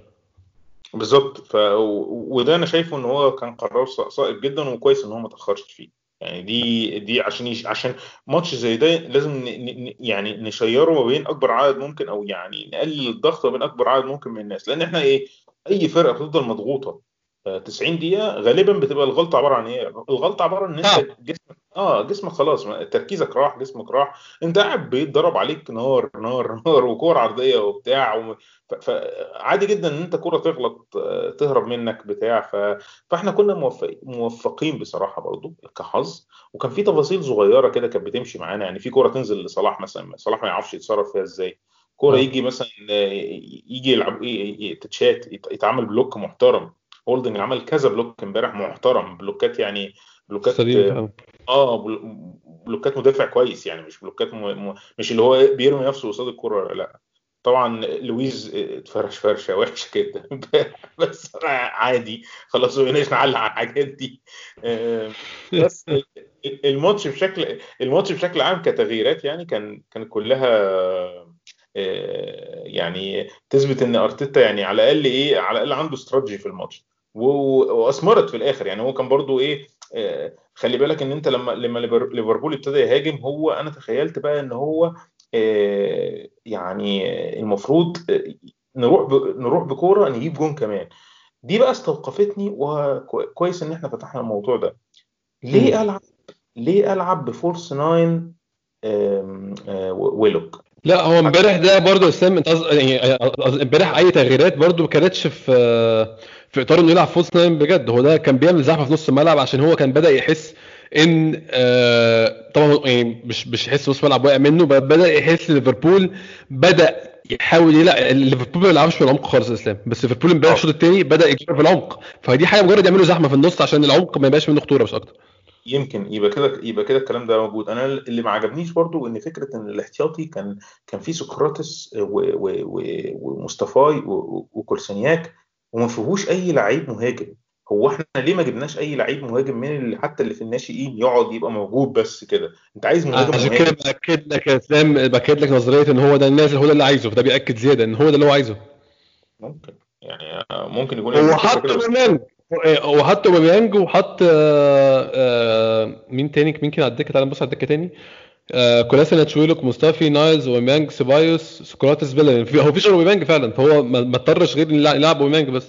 بالظبط. ف و- وده انا شايفه ان هو كان قرار ص- صائب جدا، وكويس ان هو ما تاخرش فيه. يعني دي دي عشان يش... عشان ماتش زي ده لازم ن... ن... يعني نشيره ما بين اكبر عدد ممكن، او يعني نقلل الضغط ما بين اكبر عدد ممكن من الناس، لان احنا ايه، اي فرقه بتفضل مضغوطه آه، تسعين دقيقه غالبا بتبقى الغلطه عباره عن ايه؟ الغلطه عباره عن ان انت صعب. جسمك اه جسمك خلاص، ما- تركيزك راح، جسمك راح. انت قاعد بيتضرب عليك نار نار نار وكور عرضيه وبتاع. ف- فعادي جدا ان انت كرة تغلط آه، تهرب منك بتاع ف... فاحنا كنا موفق... موفقين بصراحة برضو كحظ. وكان في تفاصيل صغيرة كده كانت بتمشي معانا، يعني في كرة تنزل لصلاح مثلا، صلاح ما يعرفش يتصرف فيها ازاي. كرة اه يجي مثلا آه، يجي يلعب ي- ي- تتشات يت- يتعمل بلوك محترم. هولدنج عمل كذا بلوك امبارح محترم، بلوكات يعني، بلوكات سليم فعلا. اه بل- بلوكات مدافع كويس، يعني مش بلوكات م... م... مش اللي هو بيرمي نفسه قصاد الكرة، لا. طبعا لويز اتفرش فرشه وحشه جدا بس عادي، خلاص ما بقيناش نعلق على الحاجات دي. آه، بس الماتش بشكل الماتش بشكل عام كتغييرات يعني كان كان كلها آه، يعني تثبت ان ارتيتا يعني على الاقل ايه، على الاقل عنده استراتيجي في الماتش. و- واثمرت في الاخر. يعني هو كان برضو ايه، آه، خلي بالك ان انت لما لما ليفر- ليفربول ابتدى يهاجم، هو انا تخيلت بقى ان هو آه، يعني المفروض آه، نروح ب... نروح بكوره نجيب جون كمان. دي بقى استوقفتني، وكويس ان احنا فتحنا الموضوع ده. ليه مم. العب ليه العب بفورس ناين آم، آه، ويلوك. لا هو امبارح ده برضه اسلام، انت قصد- يعني قصد- امبارح اي تغييرات برضه ما كانتش في في اطار انه يلعب فولس ناين بجد. هو ده كان بيعمل زحمه في نص الملعب عشان هو كان بدا يحس ان آه، طبعا هو يعني مش مش يحس نص الملعب واقع منه، ب- بدا يحس ليفربول بدا يحاول يلعب. ليفربول ما بيلعبش في العمق خالص يا اسلام، بس ليفربول امبارح اه الشوط الثاني بدا يجرب في العمق، فدي حاجه مجرد يعملوا زحمه في النص عشان العمق ما يبقاش منه خطوره مش اكتر. يمكن يبقى كده يبقى كده الكلام ده موجود. انا اللي ما عجبنيش برضو ان فكره ان الاحتياطي كان كان في سقراطس و- و- و- ومصطفاي و- و- وكولسانياك، وما فيهوش اي لعيب مهاجم. هو احنا ليه ما جبناش اي لعيب مهاجم من اللي حتى اللي في الناشئين يقعد يبقى موجود بس كده؟ انت عايز مهاجم عشان كده مهاجم. باكد لك يا اسلام، باكد لك نظريه ان هو ده النازل، هو ده اللي عايزه، فده بياكد زياده ان هو ده اللي هو عايزه. ممكن يعني آه، ممكن يكون هي دي هو الفكره حط كده بس. برنامج، وحط اوباميانج وحط آه، آه، مين تاني، مين كان على الدكه؟ تعالى نبص على الدكه تاني. آه، كولاسينيتش، ويلوك، مصطفي، نايلز، اوباميانج، سيبايوس، سقراطس، بيلين. في هو فيش غير اوباميانج فعلا، فهو ما ما اضطرش غير يلعب يلعب اوباميانج بس.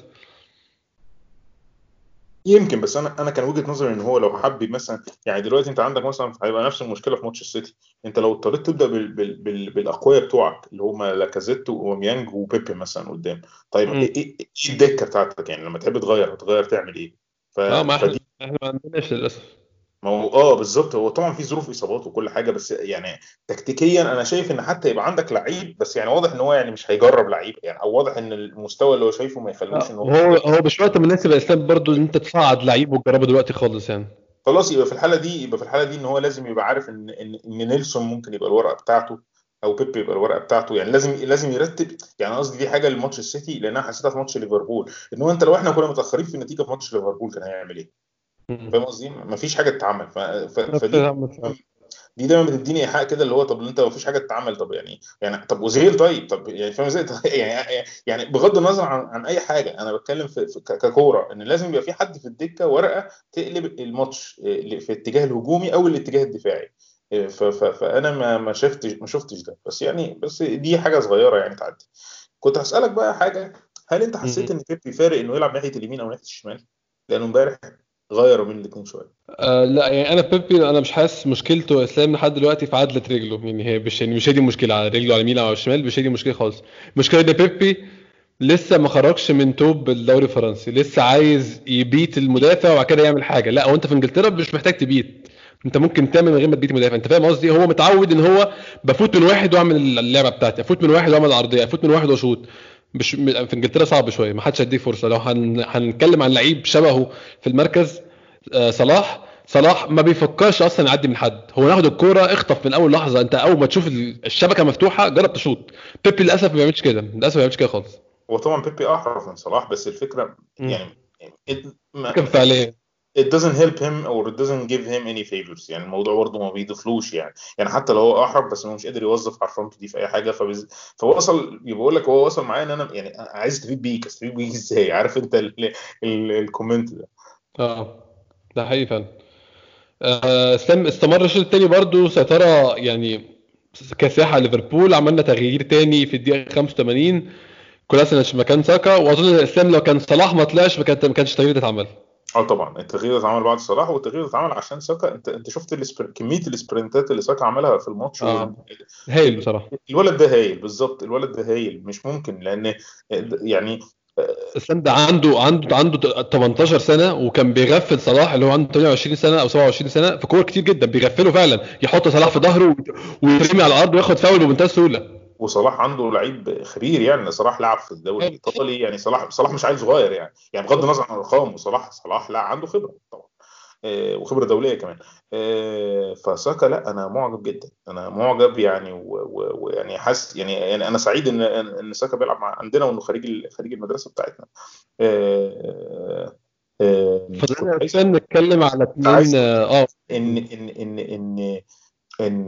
يمكن، بس انا انا كان وجهة نظري ان هو لو حب مثلا، يعني دلوقتي انت عندك مثلا هيبقى نفس المشكله في ماتش السيتي. انت لو اضطريت تبدا بال بال بال بالاقوياء بتوعك اللي هم لاكازيت واوميانج وبيبي مثلا قدام. طيب مم. ايه ايه إيه الدكه بتاعتك؟ يعني لما تحب تغير هتغير تعمل ايه؟ ف اه، ما احنا فدي، احنا ما عندناش للاسف. ما هو اه بالظبط، هو طبعا في ظروف اصابات وكل حاجه، بس يعني تكتيكيا انا شايف ان حتى يبقى عندك لعيب، بس يعني واضح ان هو يعني مش هيجرب لعيب يعني، او واضح ان المستوى اللي هو شايفه ما يخلوش ان آه، هو وهو يجرب. هو مش وقت مناسب يا اسلام برضو ان انت تصعد لعيب وتجربه دلوقتي خالص يعني. خلاص، يبقى في الحاله دي يبقى في الحاله دي ان هو لازم يبقى عارف ان ان ان نيلسون ممكن يبقى الورقه بتاعته، او بيبي يبقى الورقه بتاعته. يعني لازم لازم يرتب. يعني قصدي دي حاجه لماتش السيتي، لانها حسيتها في ماتش ليفربول، ان هو انت لو احنا كنا متاخرين في النتيجه في ماتش ليفربول كان هيعمل ايه؟ مم. فاهم قصدي؟ مفيش حاجه تتعمل. ف... ف... نفس فدي الكلام فعلا. دي دايما بتديني ايحاء كده، اللي هو طب انت مفيش حاجه تتعمل، طب يعني يعني طب اوزيل، طيب طب يعني فاهم ازاي؟ طب يعني يعني بغض النظر عن عن اي حاجه، انا بتكلم في, في ك- ككوره، ان لازم يبقى في حد في الدكه ورقه تقلب الماتش إيه، في الاتجاه الهجومي او الاتجاه الدفاعي. إيه، ف- ف- فانا ما ما شفتش ما شفتش ده، بس يعني بس دي حاجه صغيره يعني تعدي. كنت هسالك بقى حاجه، هل انت مم. حسيت ان بيبي فارق انه يلعب ناحيه اليمين او ناحيه الشمال؟ لانه امبارح غيروا بين الاثنين شويه. آه لا يعني انا بيبي انا مش حاسس مشكلته اسلام لحد دلوقتي في عدله رجله، يعني هي مش يعني مش هي دي المشكله على رجله على اليمين او على الشمال، مش هي دي المشكله خالص. المشكله ان بيبي لسه ما خرجش من توب الدوري الفرنسي، لسه عايز يبيت المدافع وبعد كده يعمل حاجه. لا، هو انت في انجلترا مش محتاج تبيت، انت ممكن تعمل من غير ما تبيت المدافع. انت فاهم قصدي؟ هو متعود ان هو بفوت من واحد واعمل اللعبه بتاعتي، افوت من واحد واعمل العرضيه، افوت من واحد واشوط. مش في انجلترا صعب شويه، ما حدش هيديك فرصه. لو هن... هنتكلم عن لعيب شبهه في المركز، آه، صلاح صلاح ما بيفكرش اصلا يعدي من حد، هو ياخد الكوره اخطف من اول لحظه. انت اول ما تشوف الشبكه مفتوحه جرب تشوط. بيبي للاسف ما بيعملش كده، للاسف ما بيعملش كده خالص. هو طبعا بيبي احرف من صلاح، بس الفكره مم. يعني it, كان ما- فعليا. it doesn't help him or it doesn't give him any favors. يعني الموضوع برضه ما بيضيفلوش يعني. يعني حتى لو هو احرف، بس هو مش قادر يوظف حرفنته دي في اي حاجه. فبز... فوصل، بقول لك هو وصل معايا ان انا يعني عايز استفيد بيك، استفيد بيك ازاي؟ عارف انت ال... ال... الكومنت ده. اه، ده حقيقي فعلا. آه، استم- استمر الشوط التاني برضو سيطرة يعني كساحة ليفربول. عملنا تغيير تاني في الدقيقة خمسة وثمانين، كولاسينيتش مكان ساكا، واظن الاسلام لو كان صلاح ما طلعش ما كانت ما كانش التغيير ده اتعمل. اه طبعا التغيير ده اتعمل بعد صلاح، والتغيير ده اتعمل عشان ساكا. انت انت شفت الاسبر... كميه الاسبرنتات اللي ساكا عملها في الماتش وال... اه، هايل ال- بصراحة. الولد ده هايل بالظبط، الولد ده هايل مش ممكن، لان يعني الاسلام ده عنده عنده عنده تمنتاشر سنة، وكان بيغفل صلاح اللي هو عنده تمنية وعشرين سنة او سبعة وعشرين سنة في كور كتير جدا، بيغفله فعلا، يحط صلاح في ظهره ويرمي على الارض وياخد فاول بمنتهى السهولة. وصلاح عنده لعيب خبير. يعني صلاح لعب في الدوري الايطالي، يعني صلاح صلاح مش عيل صغير يعني، يعني بغض النظر عن ارقامه، صلاح صلاح لا عنده خبره طبعا. آه، وخبره دوليه كمان. آه، فساكا لا، انا معجب جدا، انا معجب يعني، و- و- ويعني حاسس يعني يعني انا سعيد ان ان إن ساكا بيلعب مع عندنا، وانه خريج ال- خريج المدرسه بتاعتنا. آه، آه، كنت فضلنا عايز اسلام نتكلم على كنت اتنين. عايز اقول اه آه. ان ان ان ان ان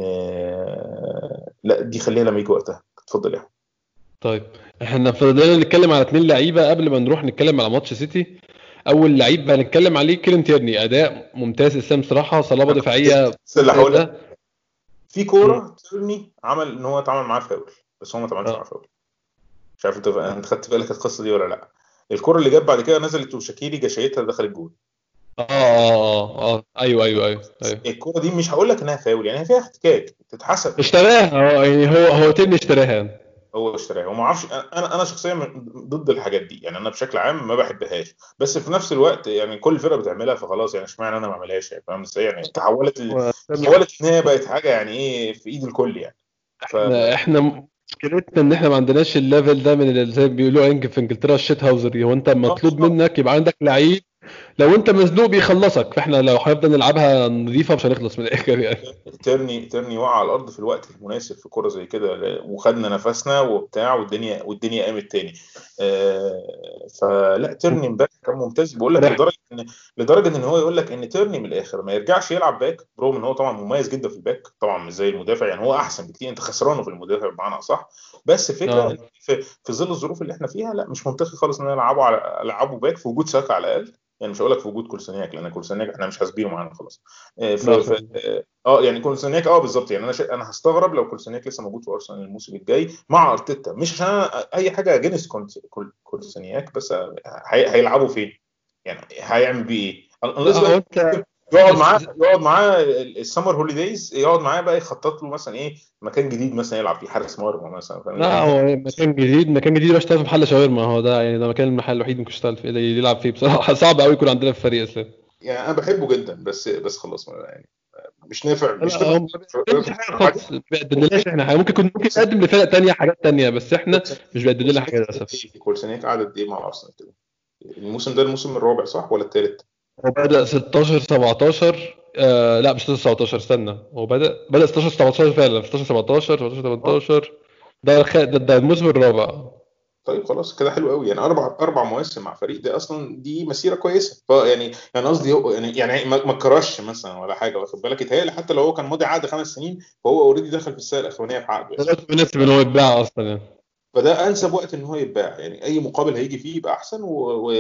آه، لا دي خلينا لما يجي وقتها. اتفضل يا أحمد. طيب، احنا فضلنا نتكلم على اتنين لعيبه قبل ما نروح نتكلم على ماتش سيتي. اول لعيب هنتكلم عليه كيرن تيرني، اداء ممتاز اسلام صراحه، صلابه انا كنت دفاعيه لسه اللي هقول لك، ممتازه. في مم. كوره تيرني عمل ان هو اتعامل معاه فاول، بس هو ما اتعاملش اه معاه فاول. مش عارف انت انت خدت بالك القصه دي ولا لا؟ الكوره اللي جت بعد كده نزلت وشاكيري جا شايتها دخل الجول. اه اه اه اه ايوه ايوه ايوه ايوه. الكوره دي مش هقول لك انها فاول، يعني هي فيها احتكاك تتحسب يعني. اشتراها، هو يعني هو هو تيرني اشتراها يعني. هو اشتراها وما اعرفش. انا انا شخصيا ضد الحاجات دي، يعني انا بشكل عام ما بحبهاش، بس في نفس الوقت يعني كل فرقه بتعملها، فخلاص يعني اشمعنى انا ما اعملهاش؟ يعني فاهم ازاي؟ يعني تحولت ل... هو تحولت ان هي بقت حاجه يعني ايه في ايد الكل يعني. ف احنا احنا مشكلتنا ان احنا ما عندناش الليفل ده من ال- زي ما بيقولوا انج في انجلترا الشيت هاوزر. هو انت اه مطلوب بالظبط. منك يبقى عندك لعيب لو انت مزنوق بيخلصك، فاحنا لو هنفضل نلعبها نظيفه مش هنخلص من الاخر يعني. ترني ترني وقع على الارض في الوقت المناسب في كرة زي كده، وخدنا نفسنا وبتاع، والدنيا والدنيا قامت تاني. آه، فلا ترني امبارح كان ممتاز، بقول لك فرح. لدرجه ان لدرجه ان هو يقول لك ان ترني من الاخر ما يرجعش يلعب باك، برغم ان هو طبعا مميز جدا في الباك، طبعا مش زي المدافع يعني، هو احسن بكتير، انت خسرانه في المدافع بمعنى اصح. بس الفكره اه ان في, في ظل الظروف اللي احنا فيها، لا مش منطقي خالص ان انا العبه على العبه باك في وجود ساكا على الاقل. يعني مش هقول لك في وجود كولسانياك، لان كولسانياك احنا مش حاسبينه معانا خلاص. آه، ف لا ف- خلاص. اه يعني كولسانياك اه بالظبط. يعني انا شا... انا هستغرب لو كولسانياك لسه موجود في ارسنال الموسم الجاي مع ارتيتا، مش عشان أنا اي حاجه اجينست كولسانياك، بس آه، هي... هيلعبوا فين؟ يعني هيعمل بيه ايه؟ لا unless هو بقى انت يقعد الس- معاه يقعد معاه السمر هوليديز، يقعد معاه بقى يخطط له مثلا ايه مكان جديد مثلا يلعب فيه حارس مرمى مثلا، فاهم لا ازاي؟ هو مكان جديد، مكان جديد يروح يشتغل في محل شاورما، هو ده يعني، ده مكان المحل الوحيد ممكن يشتغل فيه اللي يلعب فيه بصراحه. صعب قوي يكون عندنا في فريق اسلام. يعني انا بحبه جدا، بس بس خلاص يعني مش نافع مش لا نافع هو ما بيقدمش حاجه خالص، ما بيقدملناش احنا حاجه. ممكن يكون ممكن يقدم لفرق تانية حاجات تانية، بس احنا مش بيقدم لنا حاجه للاسف. كولسانيك قعد قد ايه مع ارسنال كده؟ الموسم ده الموسم الرابع صح ولا الثالث؟ هو بدأ ستاشر سبعتاشر، آه لا مش ستاشر سبعتاشر، استنى، هو بدأ بدأ ستاشر سبعتاشر فعلا، ستاشر سبعتاشر سبعتاشر اه تمنتاشر. ده الخ... ده, ده الموسم الرابع. طيب خلاص كده حلو قوي. يعني اربع اربع مواسم مع فريق ده اصلا دي مسيره كويسه. فيعني يعني قصدي هو- يعني يعني ما ما كرش مثلا ولا حاجه، واخد بالك؟ يتهيألي حتى لو هو كان ماضي عقد خمس سنين فهو اوريدي دخل في السنه الاخرانيه في عقده يعني. دلوقتي مناسب ان هو يتباع اصلا يعني. فده انسب وقت ان هو يتباع، يعني اي مقابل هيجي فيه يبقى احسن، و-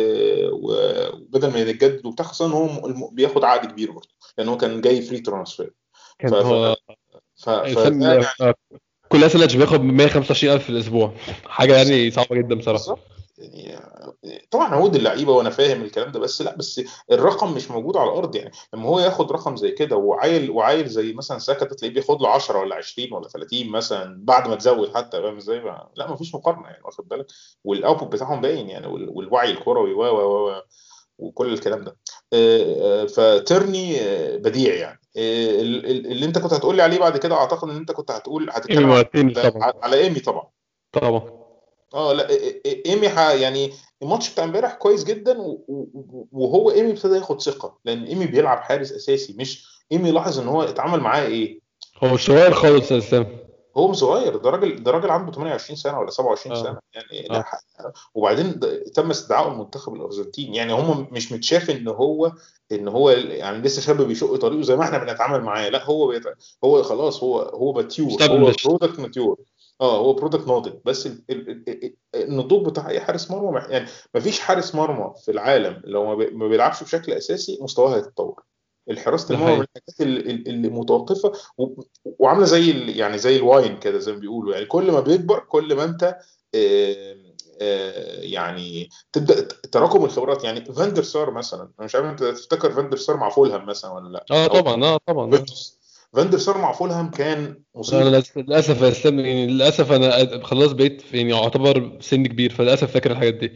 و- وبدل ما يتجدد وبتاع، خاصه ان هو الم- بياخد عقد كبير برضه لان هو كان جاي فري ترانسفير. ف كان ف هو ف فده سام يعني آه، كل اسئله بياخد مية وخمسة وعشرين الف في الاسبوع، حاجه يعني صعبه جدا بصراحه. بالظبط. يعني طبعا عقود اللعيبه وانا فاهم الكلام ده، بس لا بس الرقم مش موجود على الارض. يعني لما هو ياخد رقم زي كده، وعيل وعيل زي مثلا ساكا ده تلاقيه بياخد له عشرة ولا عشرين ولا ثلاثين مثلا بعد ما تزود حتى، فاهم ازاي؟ ما- لا ما فيش مقارنه يعني، واخد بالك؟ والاوتبوت بتاعهم باين يعني، وال- والوعي الكروي و و و وكل الكلام ده. آه، آه، فترني آه، بديع يعني. آه، ال- ال- اللي انت كنت هتقول لي عليه بعد كده، اعتقد ان انت كنت هتقول ايمي هتتكلم على مارتينيز طبعا. على ايمي طبعا. طبعا. اه لا إي- إي- ايمي ح- يعني الماتش بتاع امبارح كويس جدا، و- و- وهو ايمي ابتدى ياخد ثقه، لان ايمي بيلعب حارس اساسي، مش ايمي لاحظ ان هو اتعامل معاه ايه. هو مش صغير خالص يا اسلام. هو مش صغير، ده راجل ده راجل عنده ثمانية وعشرين سنه ولا سبعة وعشرين اه. سنه يعني، لا اه. حق. وبعدين ده- تم استدعائه المنتخب الارجنتيني، يعني هم مش متشاف ان هو ان هو يعني لسه شاب بيشق طريقه زي ما احنا بنتعامل معاه، لا هو بيت... هو خلاص هو هو ماتيور، هو استبلش. برودكت ماتيور. اه هو برودكت ناضج. بس ال- ال- ال- ال- النضوج بتاع اي حارس مرمى مح- يعني ما فيش حارس مرمى في العالم لو ما بي- ما بيلعبش بشكل اساسي مستواه هيتطور. الحراسه ده المرمى من حقيقي. الحاجات اللي اللي متوقفه، و- وعامله زي ال- يعني زي الواين كده زي ما بيقولوا، يعني كل ما بيكبر كل ما انت آه، آه، يعني تبدا تراكم الخبرات. يعني فاندر سار مثلا، انا مش عارف انت تفتكر فاندر سار مع فولهام مثلا ولا لا، اه او طبعا، اه طبعا، آه. يوفنتوس. فاندر سار مع فولهام كان انا مصيبه. للاسف للأسف يا اسلام، يعني للاسف انا خلاص بقيت في- يعني يعتبر سن كبير، فللاسف فاكر الحاجات دي.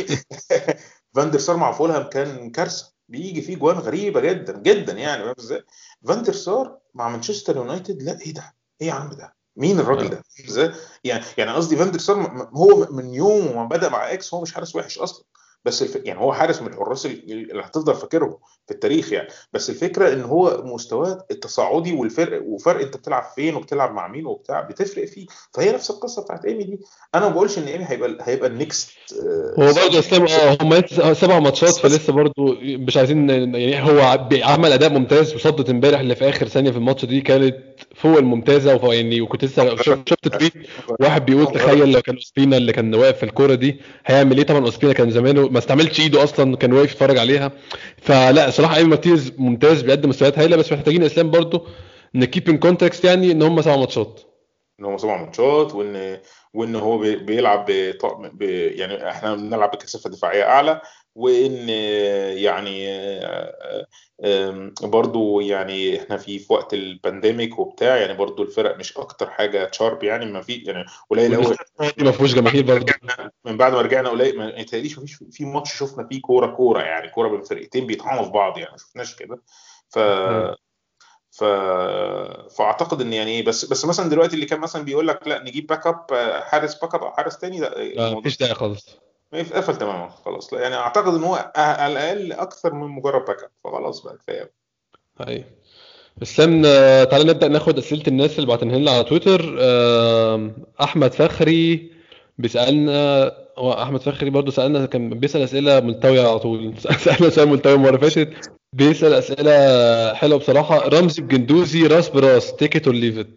فاندر سار مع فولهام كان كارثه، بيجي فيه جوان غريبه جدا جدا يعني، فاهم ازاي؟ فاندر سار مع مانشستر يونايتد، لا ايه ده؟ ايه يا عم ده؟ مين الراجل اه. ده؟ ازاي؟ يعني يعني قصدي فاندر سار م- م- هو من يوم ما بدا مع اكس هو مش حارس وحش اصلا. بس الف... يعني هو حارس من الحراس اللي هتفضل فاكرهم في التاريخ يعني. بس الفكره ان هو مستواه التصاعدي، والفرق وفرق انت بتلعب فين وبتلعب مع مين وبتاع بتفرق فيه. فهي نفس القصه بتاعت ايمي دي. انا ما بقولش ان ايمي هيبقى هيبقى النكست هو سان، برضه اسلام، اه هم لسه سبع ماتشات، بس بس فلسه برضه مش عايزين يعني. هو بي- عمل اداء ممتاز، وصدت امبارح اللي في اخر ثانيه في الماتش دي كانت فوق الممتازه، وفوق يعني. وكنت لسه شفت شفت تويت واحد بيقول تخيل لو كان اوسبينا اللي كان واقف في الكوره دي هيعمل ايه. طبعا اوسبينا كان زمانه ما استعملش ايده اصلا، كان واقف يتفرج عليها. فلا صراحه ايمي مارتينيز ممتاز، بيقدم مستويات هايله، بس محتاجين اسلام برضه نكيب ان كونتكست، يعني ان هم سبع ماتشات. ان هو سبع ماتشات، وان وان هو بي- بيلعب بطقم ب... يعني احنا بنلعب بكثافه دفاعيه اعلى. وان يعني آه، آم، برضو يعني احنا في في وقت البانديميك وبتاع، يعني برضو الفرق مش اكتر حاجه تشارب يعني، ما في يعني قليل قوي. والاستاد فاضي ما فيهوش جماهير برضه. من بعد ما رجعنا قليل، ما يتهيأليش مفيش في ماتش شفنا فيه كوره كوره يعني، كوره بين فرقتين بيطحنوا في بعض يعني، ما شفناش كده. ف ايوه. ف... فاعتقد ان يعني ايه، بس بس مثلا دلوقتي اللي كان مثلا بيقول لك لا نجيب باك اب، آه، حارس باك اب او حارس تاني، لا لا الموضوع مفيش داعي خالص. ما يتقفل تماما خلاص. لا يعني اعتقد ان هو على الاقل اكثر من مجرد باك اب، فخلاص بقى كفايه. ايوه. اسلام، آه، تعالى نبدأ ناخد أسئلة الناس اللي بعتنها لنا على تويتر. آه، أحمد فخري بيسألنا. هو أحمد فخري برضو سألنا، كان بيسأل أسئلة ملتوية على طول. سألنا سؤال ملتوي المرة اللي فاتت، بيسأل أسئلة حلوة بصراحة. رمزي بجندوزي راس براس، تيك ات اور ليف ات.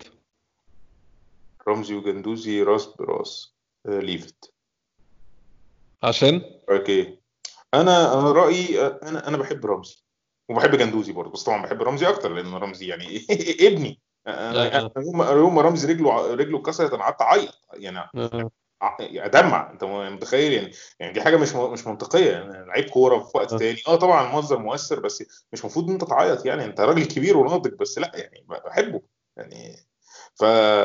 رمزي وجندوزي راس براس، ليفت. عشان اوكي. انا انا رايي، انا انا بحب رمزي وبحب جندوزي برضه، بس طبعا بحب رمزي اكتر لان رمزي يعني ابني. انا آه. أنا يوم ما يوم ما رمزي رجله رجله اتكسرت انا قعدت اعيط يعني، آه. ع- يعني ادمع. انت متخيل يعني؟ يعني دي حاجه مش م- مش منطقيه يعني. لعيب كوره في وقت آه. تاني اه طبعا مصدر مؤثر، بس مش المفروض ان انت تعيط يعني، انت راجل كبير وناضج، بس لا يعني بحبه يعني. ف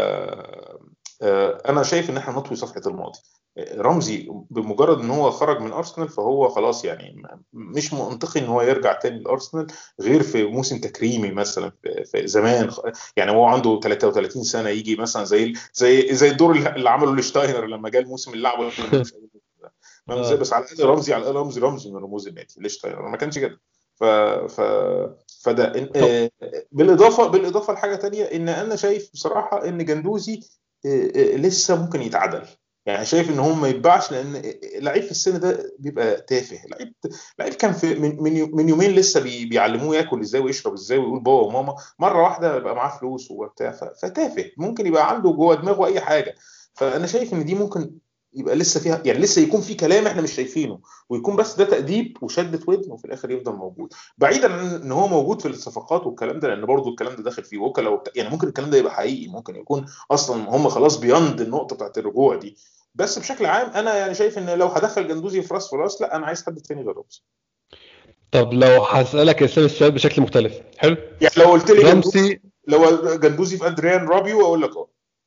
آه، انا شايف ان احنا نطوي صفحه الماضي. آه، رمزي بمجرد ان هو خرج من ارسنال فهو خلاص يعني م- مش منطقي ان هو يرجع تاني لارسنال غير في موسم تكريمي مثلا في في زمان. يعني هو عنده ثلاثة وثلاثين سنه يجي مثلا زي زي زي الدور اللي اللي عمله لشتاينر لما جه الموسم اللي لعبه اللي ملوش اي لازمة ده. فاهم ازاي؟ آه. بس على الاقل رمزي، على الاقل رمزي رمزي من رموز النادي. لشتاينر ما كانش كده. ف ف فده إن- طب آه، بالاضافه بالاضافه لحاجه تانية، ان انا شايف بصراحه ان جندوزي آه، آه، لسه ممكن يتعدل. يعني شايف ان هو ما يتباعش، لان لعيب في السن ده بيبقى تافه. لعيب لعيب كان في من من يو- من يومين لسه بي- بيعلموه ياكل ازاي ويشرب ازاي ويقول بابا وماما، مره واحده يبقى معاه فلوس وبتاع. ف- فتافه ممكن يبقى عنده جوه دماغه اي حاجه. فانا شايف ان دي ممكن يبقى لسه فيها يعني، لسه يكون في كلام احنا مش شايفينه، ويكون بس ده تأديب وشدة ودن، وفي الاخر يفضل موجود. بعيدا عن ان هو موجود في الصفقات والكلام ده، لان برضه الكلام ده داخل فيه وكلاء وبتاع. يعني ممكن الكلام ده يبقى حقيقي، ممكن يكون اصلا هم خلاص بيند النقطه بتاعت الرجوع دي. بس بشكل عام انا يعني شايف ان لو هدخل جندوزي في راس في راس، لا انا عايز حد تاني غير رامسي. طب لو هسألك اسلام السؤال بشكل مختلف، حلو. يعني لو قلت لي جندوزي، رمسي. لو جندوزي في ادريان رابيو اقول لك اه.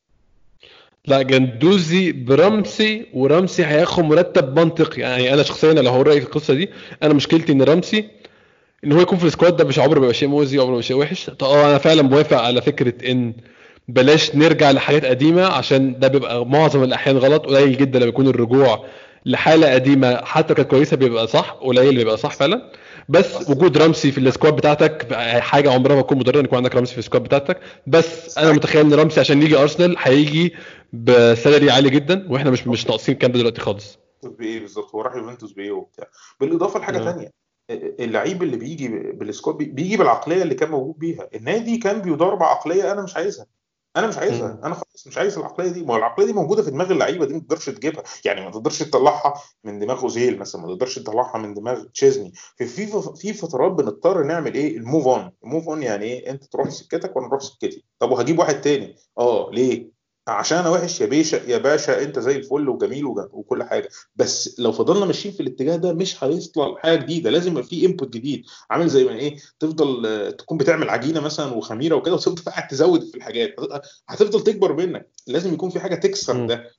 لا، جندوزي برمسي، ورمسي هياخد مرتب منطقي. يعني انا شخصيا لو هقول رايي في القصه دي، انا مشكلتي ان رمسي ان هو يكون في السكواد ده مش عمره بيبقى شيء مؤذي، عمره بيبقى شيء وحش. طب اه انا فعلا موافق على فكره ان بلاش نرجع لحاجات قديمه، عشان ده بيبقى معظم الاحيان غلط. قليل جدا لما يكون الرجوع لحاله قديمه حتى كانت كويسه بيبقى صح، قليل بيبقى صح فعلا. بس وجود رمسي في السكواد بتاعتك حاجه عمرها ما تكون مضره ان يكون عندك رمسي في السكواد بتاعتك. بس انا متخيل ان رمسي عشان يجي ارسنال هيجي بسالري عالي جدا، واحنا مش مش ناقصين الكلام ده دلوقتي خالص. بايه بالظبط؟ هو راح يوفنتوس بايه وبتاع. بالاضافه لحاجه اه. تانية، اللعيب اللي بيجي بالسكواد بي- بيجي بالعقليه اللي كان موجود بيها. النادي كان بيدار بعقليه انا مش عايزها. انا مش عايزها، مم. انا خلاص مش عايز العقليه دي. ما هو العقليه دي موجوده في دماغ اللعيبه دي، ما تقدرش تجيبها يعني. ما تقدرش تطلعها من دماغ اوزيل مثلا، ما تقدرش تطلعها من دماغ تشيزني. في في في فترات بنضطر نعمل ايه؟ الموف اون. الموف اون يعني ايه؟ انت تروح سكتك وانا اروح سكتي. طب وهجيب واحد تاني؟ اه ليه؟ عشان انا وحش يا باشا؟ يا باشا انت زي الفل وجميل وج- وكل حاجه، بس لو فضلنا ماشيين في الاتجاه ده مش هيطلع حاجه جديده. لازم يبقى في انبوت جديد. عامل زي ما ايه، تفضل آه، تكون بتعمل عجينه مثلا وخميره وكده، وتفضل قاعد تزود في الحاجات، هتفضل تكبر منك. لازم يكون في حاجه تكسر مم. ده.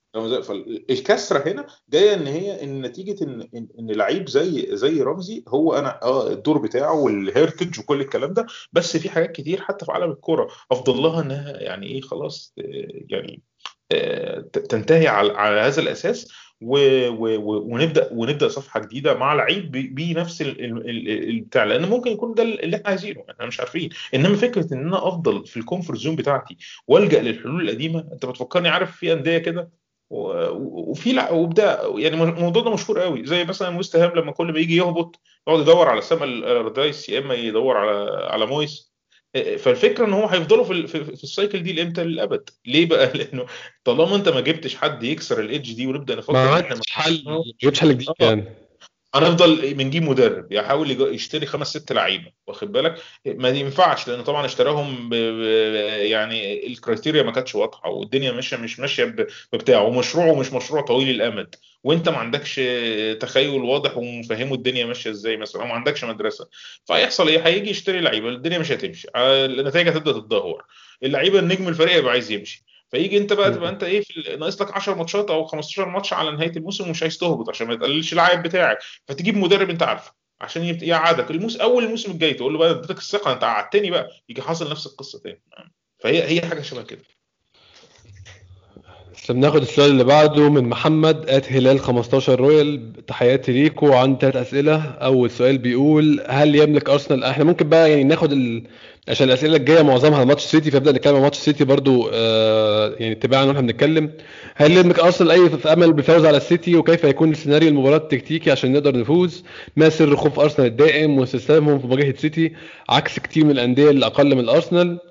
فالكسره هنا جايه ان هي ان نتيجه ان ان إن لعيب زي زي رمزي، هو انا اه الدور بتاعه والهيرتج وكل الكلام ده، بس في حاجات كتير حتى في عالم الكوره افضل لها انها يعني ايه خلاص آه، يعني آه، تنتهي على على هذا الاساس. و- و- و- ونبدا ونبدا صفحه جديده مع لعيب بي- بنفس ال- ال- ال- البتاع، لان ممكن يكون ده اللي احنا عايزينه، احنا مش عارفين. انما فكره ان انا افضل في الكومفورت زون بتاعتي والجا للحلول القديمه، انت بتفكرني عارف في انديه كده و- و- وفي لا وبدا يعني الموضوع ده مشهور قوي، زي مثلا ويست هام لما كل ما يجي يهبط يقعد يدور على سام الردايس، يا اما يدور على على مويس. فالفكره ان هو هيفضلوا في ال- في في السايكل دي لامتى؟ للابد. ليه بقى؟ لانه طالما انت ما جبتش حد يكسر الايدج دي، ونبدا ما نفكر ان احنا عملتش حل، اه ما جبتش حل جديد اه يعني. هنفضل بنجيب مدرب يحاول يج- يشتري خمس ست لعيبه، واخد بالك؟ ما ينفعش، لان طبعا اشتراهم ب... ب... يعني الكريتيريا ما كانتش واضحه، والدنيا ماشيه مش ماشيه ب... ببتاع، ومشروعه مش مشروع طويل الامد، وانت ما عندكش تخيل واضح ومفهمه الدنيا ماشيه ازاي مثلا، او ما عندكش مدرسه. فهيحصل ايه؟ هيجي يشتري لعيبه، الدنيا مش هتمشي، آه، النتائج هتبدا تتدهور، اللعيبه النجم الفريق يبقى عايز يمشي. فيجي انت بقى تبقى مم. انت ايه في ال- ناقص لك عشر ماتشات او خمستاشر ماتش على نهايه الموسم، ومش عايز تهبط عشان ما يتقللش العائد بتاعك. فتجيب مدرب انت عارفه عشان يبت- يقعدك الموسم، اول الموسم الجاي تقول له بقى اديتك الثقه انت قعدتني بقى، يجي حاصل نفس القصه تاني. فهي هي حاجه شبه كده. بس بناخد السؤال اللي بعده من محمد ات هلال خمستاشر رويال. تحياتي ليكو. عندي ثلاث اسئله. اول سؤال بيقول هل يملك ارسنال، احنا ممكن بقى يعني ناخد ال... عشان الاسئله الجايه معظمها على ماتش سيتي، فابدا نتكلم عن ماتش سيتي برضو آه يعني اتباعا واحنا بنتكلم. هل يملك ارسنال اي ف- امل بالفوز على السيتي، وكيف يكون سيناريو المباراه التكتيكي عشان نقدر نفوز؟ ما سر خوف ارسنال الدائم واستسلامهم في مواجهه سيتي عكس كتير من الانديه اللي اقل من الارسنال؟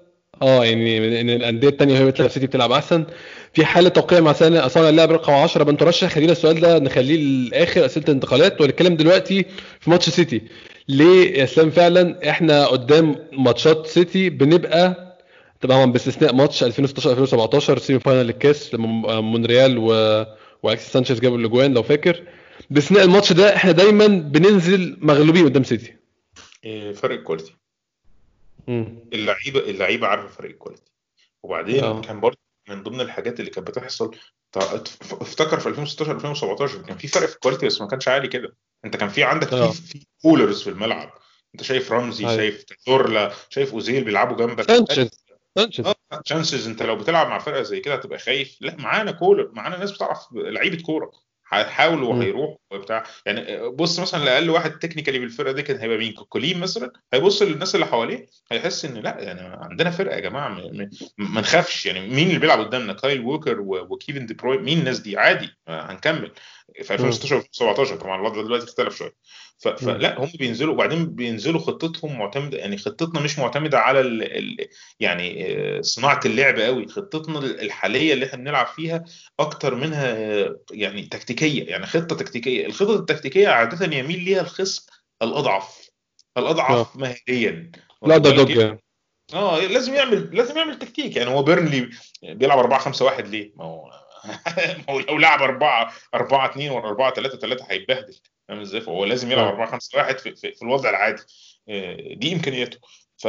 اه يعني ان الانديه الثانيه وهي بتلعب سيتي بتلعب احسن. في حاله توقيع مع سنة صانع اللاعب رقم عشرة بنت رشح، خلينا السؤال ده نخليه لاخر اسئله الانتقالات، ونتكلم دلوقتي في ماتش سيتي. ليه يا اسلام فعلا احنا قدام ماتشات سيتي بنبقى، طبعا باستثناء ماتش ألفين وستاشر ألفين وسبعتاشر سيمي فاينال الكاس لما مونريال و والكسيس سانشيز جابوا الاجوان لو فاكر، باستثناء الماتش ده احنا دايما بننزل مغلوبين قدام سيتي. إيه، فرق الكواليتي. امم اللعيبه اللعيبه عارفه فرق الكواليتي. وبعدين اه كان برضه من ضمن الحاجات اللي كانت بتحصل، تع- افتكر في ألفين وستاشر ألفين وسبعتاشر كان في فرق في الكواليتي بس ما كانش عالي كده. انت كان في عندك في اه في كولرز في الملعب. انت شايف رمزي، هاي شايف تورلا، شايف اوزيل بيلعبوا جنبك. سانشيز اه سانشيز تشانسز، انت لو بتلعب مع فرقه زي كده هتبقى خايف. لا، معانا كولر، معانا ناس بتعرف لعيبه كوره، هيحاول مم. وهيروح وبتاع. يعني بص مثلا لاقل واحد تكنيكالي بالفرقه دي كان هيبقى مين؟ كولين مثلا. هيبص للناس اللي حواليه هيحس ان لا، يعني عندنا فرقه يا جماعه، م- م- ما نخافش. يعني مين اللي بيلعب قدامنا؟ كايل ووكر و- وكيفن دي بروين، مين الناس دي؟ عادي، آه، هنكمل. في مم. ألفين وستاشر و2017 طبعا الوضع دلوقتي اختلف شويه. ف- مم. فلا هم بينزلوا، وبعدين بينزلوا خطتهم معتمده، يعني خطتنا مش معتمده على ال ال يعني آه، صناعه اللعب قوي. خطتنا الحاليه اللي احنا بنلعب فيها اكتر منها آه، يعني تكتيكيه، يعني خطه تكتيكيه. الخطط التكتيكيه عاده يميل ليها الخصم الاضعف، اه الاضعف مهريا، لا واخد ده بالك دوج إيه؟ يعني. اه لازم يعمل لازم يعمل تكتيك. يعني هو بيرنلي بيلعب أربعة خمسة واحد ليه؟ ما هو ما هو لو لعب أربعة أربعة اتنين ولا أربعة ثلاثة ثلاثة هيتبهدل. فاهم ازاي؟ فهو لازم يلعب اه أربعة خمسة واحد في, في, في الوضع العادي. آه، دي امكانياته. ف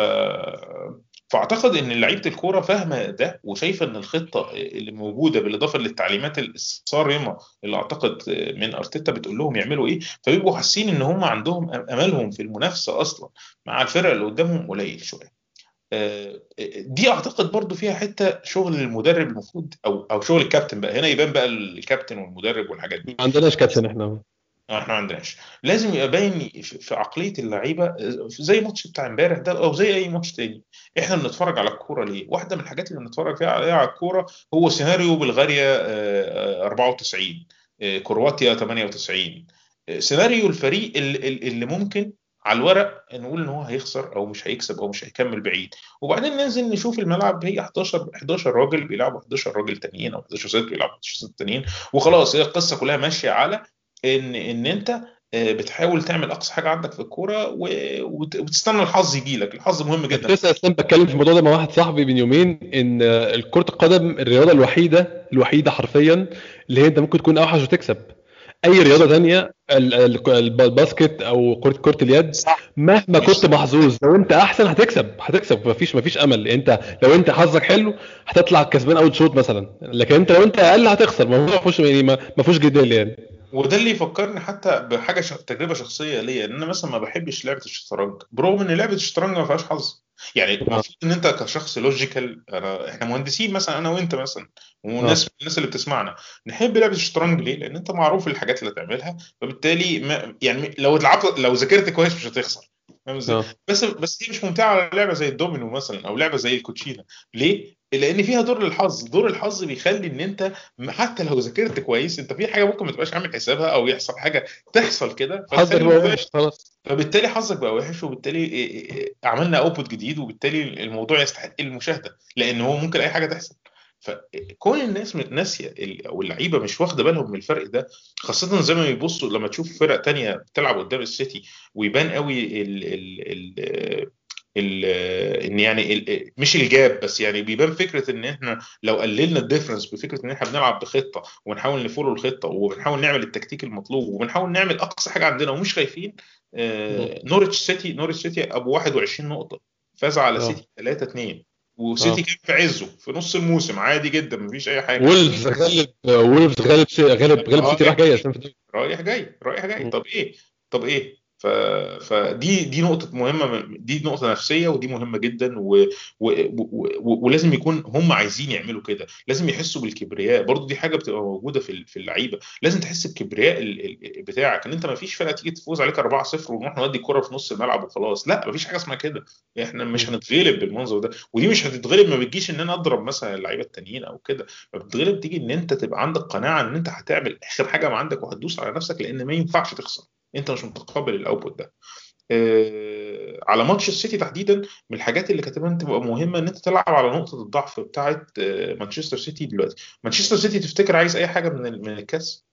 فاعتقد ان لعيبه الكوره فاهمه ده، وشايفه ان الخطه اللي موجوده بالاضافه للتعليمات الصارمه اللي اعتقد من ارتيتا بتقول لهم يعملوا ايه، فبيبقوا حاسين ان هم عندهم املهم في المنافسه اصلا مع الفرق اللي قدامهم قليل شويه. آه، دي اعتقد برضو فيها حته شغل المدرب المفروض، او او شغل الكابتن بقى. هنا يبان بقى الكابتن والمدرب والحاجات ما دي. عندناش كابتن احنا. آه، احنا ما عندناش. لازم يبقى باين في في عقليه اللعيبه، آه، زي الماتش بتاع امبارح ده او زي اي ماتش تاني. احنا بنتفرج على الكوره ليه؟ واحده من الحاجات اللي بنتفرج فيها عليها على الكوره هو سيناريو بلغاريا آه، آه، أربعة وتسعين، آه، كرواتيا ثمانية وتسعين. آه، سيناريو الفريق ال- ال- اللي ممكن على الورق نقول ان هو هيخسر او مش هيكسب او مش هيكمل بعيد، وبعدين ننزل نشوف الملعب هي حداشر حداشر راجل بيلعبوا حداشر راجل تانيين، او حداشر ست بيلعبوا حداشر ست تانيين، وخلاص. هي القصه كلها ماشيه على ان ان انت آه، بتحاول تعمل اقصى حاجه عندك في الكوره و- وت- وتستنى الحظ يجي لك. الحظ مهم كنت جدا في لسه الكوره. اسلام بتكلم في الموضوع ده مع واحد صاحبي من يومين، ان آه، كرة القدم الرياضة الوحيدة الوحيدة حرفيا اللي هي انت ممكن تكون اوحش وتكسب. اي رياضة بالظبط. تانية ال- ال- الب- الباسكت او كرة كرة اليد، صح. مهما كنت مش محظوظ لو انت احسن هتكسب هتكسب مفيش مفيش امل. انت لو انت حظك حلو هتطلع كسبان اول شوط مثلا، لكن انت لو انت اقل هتخسر. ما فيهوش يعني ما ما فيهوش جدال يعني. وده اللي يفكرني حتى بحاجه ش... تجربه شخصيه ليا، ان انا مثلا ما بحبش لعبه الشطرنج، برغم ان لعبه الشطرنج ما فيهاش حظ. يعني اه المفروض ان انت كشخص لوجيكال، انا احنا مهندسين مثلا انا وانت مثلا، اه والناس الناس اللي بتسمعنا نحب لعبه الشطرنج ليه؟ لان انت معروف الحاجات اللي هتعملها، فبالتالي ما يعني لو لعبت لو ذاكرت كويس مش هتخسر. فاهم ازاي؟ اه بس بس هي مش ممتعه على لعبه زي الدومينو مثلا، او لعبه زي الكوتشينه. ليه؟ لان فيها دور للحظ. دور الحظ بيخلي ان انت حتى لو ذاكرت كويس انت في حاجه ممكن ما تبقاش عامل حسابها، او يحصل حاجه تحصل كده حظك فتخلي بقى الموضوع. وحش خلاص. فبالتالي حظك بقى وحش، وبالتالي إيه- إيه- عملنا اوتبوت جديد، وبالتالي الموضوع يستحق المشاهده، لان هو ممكن اي حاجه تحصل. فكون الناس م- ناسيه ال- او اللعيبه مش واخده بالهم من الفرق ده، خاصه زي ما يبصوا لما تشوف فرق تانية بتلعب قدام السيتي، ويبان قوي ال ال ال ال ان يعني ال مش الجاب بس، يعني بيبان فكره ان احنا لو قللنا الديفرنس بفكره ان احنا بنلعب بخطه وبنحاول نفولو الخطه وبنحاول نعمل التكتيك المطلوب وبنحاول نعمل اقصى حاجه عندنا ومش خايفين. مم. آه، نوريتش سيتي نوريتش سيتي ابو واحد وعشرين نقطه، فاز على اه سيتي ثلاثة اتنين، وسيتي اه كان في عزه في نص الموسم عادي جدا مفيش اي حاجه. وولفز غلب وولفز غلب سي- غلب غلب سيتي راح رايح جاي اصلا في الدوري. رايح جاي رايح جاي. مم. طب ايه؟ طب ايه؟ ف... فدي دي نقطة مهمة، من- دي نقطة نفسية، ودي مهمة جدا و... و... و... و... ولازم يكون هم عايزين يعملوا كده. لازم يحسوا بالكبرياء برضو، دي حاجة بتبقى موجودة في ال- في اللعيبة. لازم تحس بكبرياء ال... ال- بتاعك، ان انت ما فيش فرقة تيجي تفوز عليك أربعة صفر ونروح نودي الكرة في نص الملعب وخلاص. لا، ما فيش حاجة اسمها كده. احنا مش مم. هنتغلب بالمنظر ده، ودي مش هتتغلب. ما بتجيش ان انا اضرب مثلا اللعيبة التانيين او كده، فبتغلب تيجي ان انت تبقى عندك قناعه ان انت هتعمل اخر حاجه ما عندك وهتدوس على نفسك، لان ما ينفعش تخسر. انت مش متقبل الاوتبوت ده. آه، على ماتش السيتي تحديدا، من الحاجات اللي كمان تبقى مهمه ان انت تلعب على نقطه الضعف بتاعه آه، مانشستر سيتي دلوقتي. مانشستر سيتي تفتكر عايز اي حاجه من ال- من الكاس؟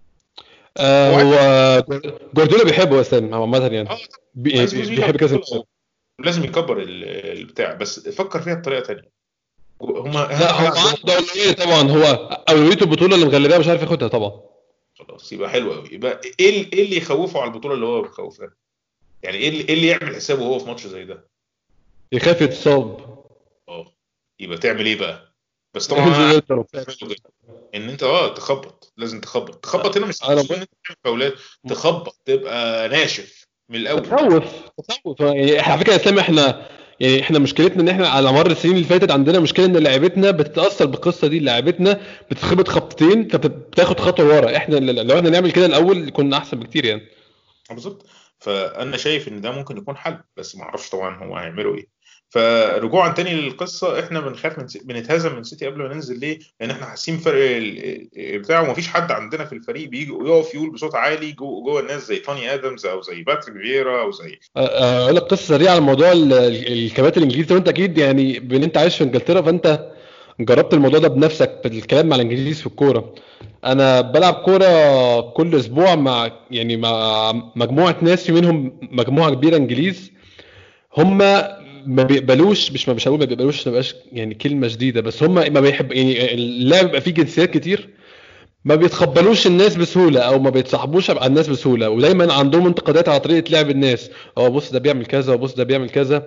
آه هو عايز، هو جوارديولا بيحبه يا اسامه عامه اه يعني، بي- يعني عايز يفوز بي- بيه بيحب كذا. كبطولة. لازم يكبر ال- البتاع، بس فكر فيها بطريقه تانيه. هما اهم لا حاجه هو عندهم. عنده اولويه طبعا، هو اولويته البطوله اللي مغلبها مش عارف ياخدها طبعا. خلاص يبقى حلو قوي. يبقى ايه ال- ايه اللي يخوفه على البطوله اللي هو بيخوفها؟ يعني ايه اللي, إيه اللي يعمل حسابه وهو في ماتش زي ده؟ يخاف يتصاب. اه، يبقى تعمل ايه بقى؟ بس طبعا انا عارف بالنسبة له كده، ان انت اه تخبط، لازم تخبط. تخبط هنا مش انا مقصود ان انت تعمل فاولات، تخبط تبقى ناشف من الاول. تخوف تخوف يعني. إحنا على فكره يا اسلام احنا يعني احنا مشكلتنا ان احنا على مر السنين اللي فاتت عندنا مشكله ان لعيبتنا بتتاثر بالقصه دي. لعيبتنا بتتخبط خبطتين فبتاخد خطوه ورا. احنا لو احنا نعمل كده الاول كنا احسن بكتير يعني. بالظبط. فانا شايف ان ده ممكن يكون حل، بس ما اعرفش طبعا هو هيعملوا ايه. فرجوعا تاني للقصه، احنا بنخاف من سي... بنتهزم من سيتي قبل ما ننزل ليه؟ لان احنا حاسين فرق ال- بتاعه، ومفيش حد عندنا في الفريق بيجي يقف يقول بصوت عالي جوه جوه الناس زي توني ادمز او زي باتريك فييرا او زي. أ- اقول لك قصه سريعه على موضوع ال- ال- الكباتن الانجليزي. وانت اكيد يعني بان انت عايش في انجلترا فانت جربت الموضوع ده بنفسك بالكلام مع الانجليز في الكوره. انا بلعب كوره كل اسبوع مع يعني مع مجموعه ناس، في منهم مجموعه كبيره انجليز. هم ما بيقبلوش، مش ما مش هقول ما بيقبلوش، ما بقاش يعني كلمه جديده، بس هم ما بيحب يعني اللعب بيبقى فيه جنسيات كتير. ما بيتقبلوش الناس بسهوله او ما بيتصاحبوش على الناس بسهوله، ودايما عندهم انتقادات على طريقه لعب الناس. هو بص ده بيعمل كذا وبص ده بيعمل كذا.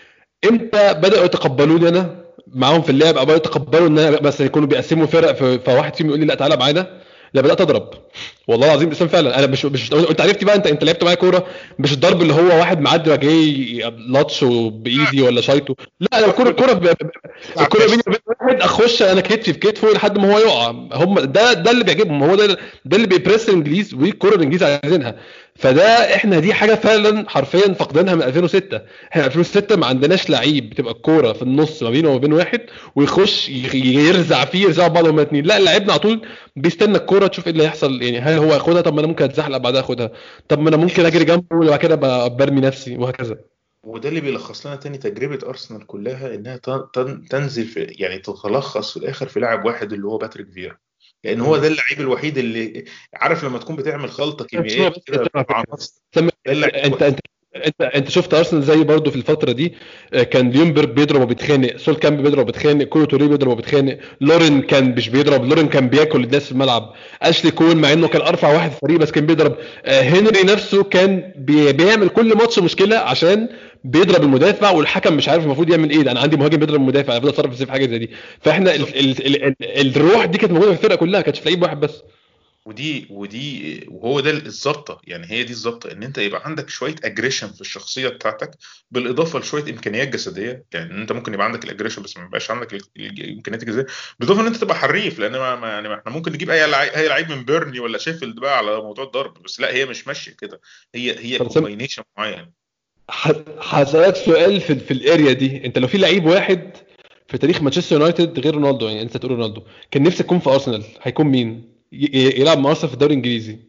امتى بداوا يتقبلوني انا معاهم في اللعب، او بداوا يتقبلوا ان انا مثلا يكونوا بيقسموا فرق ف- فواحد فيهم يقول لي لا تعالى معانا؟ لا بدات اضرب. والله العظيم اسلام فعلا انا مش مش انت عرفتي بقى، انت انت لعبت معايا كوره. مش الضرب اللي هو واحد معدي وجاي لاتش بايدي ولا شايطه. لا انا الكوره الكوره ب- ب- تلعب الكوره بيني ناشف. وبين واحد اخش انا كتفي في كتفه لحد ما هو يقع. هم ده ده اللي بيعجبهم، هو ده ده اللي بيبريس الانجليز، والكوره الانجليز عايزينها. فده احنا دي حاجه فعلا حرفيا فقدانها من ألفين وستة. احنا ألفين وستة ما عندناش لعيب بتبقى الكوره في النص ما بينه وما بين واحد ويخش ي- يرزع فيه يرزعوا بعض هما الاثنين. لا لعيبنا على طول بيستنى الكوره تشوف ايه اللي هيحصل. يعني هل هو ياخدها؟ طب ما انا ممكن اتزحلق بعدها اخدها. طب ما انا ممكن اجري جنبه وبعد كده ابقى برمي نفسي وهكذا. وده اللي بيلخص لنا تاني تجربة أرسنال كلها، إنها تن- تن- تنزل في، يعني تتلخص في الآخر في لاعب واحد اللي هو باتريك فيرا. لأن هو مم. ده اللعيب الوحيد اللي عارف لما تكون بتعمل خلطة اسمع كيميائية بس كده اسمع مع فكره. نص، سمع. ده اللعيب انت الوحيد. انت انت انت شفت ارسنال زي برضه في الفتره دي. آه، كان ليونبرج بيضرب وبيتخانق، سول كان بيضرب وبيتخانق، كولو توريه بيضرب وبيتخانق، لورين كان مش بيضرب، لورين كان بياكل الناس في الملعب. اشلي كول مع انه كان ارفع واحد في الفريق بس كان بيضرب. آه، هنري نفسه كان بي- بيعمل كل ماتش مشكله عشان بيضرب المدافع والحكم مش عارف المفروض يعمل ايه. ده انا عندي مهاجم بيضرب المدافع، المفروض اتصرف ازاي في حاجه زي دي؟ فاحنا ال بالظبط. ال ال ال الروح دي كانت موجوده في الفرقه كلها، كانتش في لعيب واحد بس. ودي ودي وهو ده الظبطه، يعني هي دي الظبطه، ان انت يبقى عندك شويه اجريشن في الشخصيه بتاعتك، بالاضافه لشويه امكانيات جسديه. يعني ان انت ممكن يبقى عندك الاجريشن بس ما يبقاش عندك ال- ال- الامكانيات الجسديه، بالاضافه ان انت تبقى حريف. لان ما ما- يعني ما احنا ممكن نجيب اي لعيب، اي لعيب من بيرني ولا شيفيلد بقى على موضوع الضرب، بس لا هي مش ماشيه كده. هي هي طب سام، كومباينيشن معين. ه- هسألك سؤال في في الاريا دي. انت لو في لعيب واحد في تاريخ مانشستر يونايتد غير رونالدو، يعني انت تقول رونالدو كان نفسك يكون في ارسنال، هيكون مين؟ ي- ي- يلعب مع ارسنال في الدوري الانجليزي،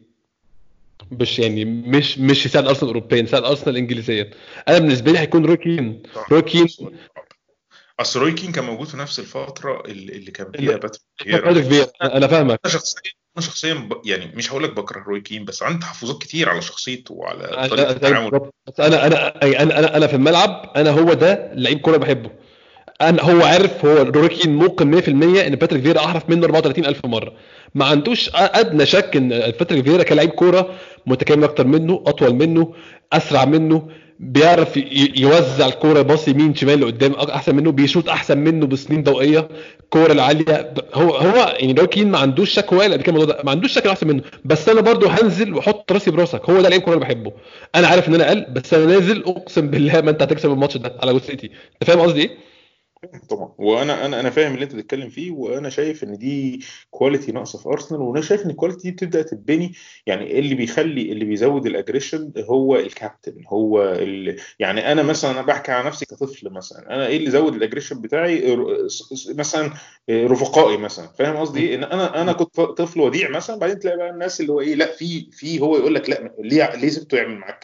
مش يعني مش مش يساعد ارسنال اوروبيا، يساعد ارسنال انجليزيا. انا بالنسبه لي هيكون روي كين. صح. روي كين سؤال صعب. اصل روي كين كان موجود في نفس الفتره اللي اللي كان فيها اللي باتريك كان فييرا. بادريك فيرا. انا أنا فاهمك. انا شخصيا انا شخصيا ب... يعني مش هقول لك بكره روي كين، بس عندي تحفظات كتير على شخصيته وعلى طريقه انا زي التعامل. بالظبط. بس انا انا انا انا انا في الملعب انا هو ده لعيب كوره بحبه. انا هو عارف، هو روكين موقن مية في المية ان باتريك فيرا احرف منه أربعة وثلاثين الف مره. ما عندوش ادنى شك ان باتريك فيرا كلاعب كوره متكامل اكتر منه، اطول منه، اسرع منه، بيعرف ي- يوزع الكوره باص يمين شمال لقدام احسن منه، بيشوط احسن منه بسنين ضوئيه. الكوره العاليه هو هو يعني روكين ما عندوش شك. هو قال قبل كده الموضوع ده ما عندوش شك إنه احسن منه. بس انا برضو هنزل واحط راسي براسك، هو ده لعيب كوره اللي بحبه. انا عارف ان انا اقل بس انا نازل اقسم بالله ما انت هتكسب الماتش ده على جثتي. انت فاهم قصدي ايه؟ طبعا. وانا انا انا فاهم اللي انت بتتكلم فيه، وانا شايف ان دي كواليتي ناقصه في ارسنال، وانا شايف ان الكواليتي دي بتبدا تتبني. يعني اللي بيخلي اللي بيزود الاجريشن هو الكابتن، هو ال... يعني انا مثلا انا بحكي على نفسي كطفل مثلا، انا ايه اللي زود الاجريشن بتاعي؟ ر- مثلا رفقائي مثلا. فاهم قصدي ايه؟ ان انا انا كنت طفل وديع مثلا، بعدين تلاقي بقى الناس اللي هو ايه، لا في في هو يقول لك لا ليه ليه سبته يعمل معاك كده؟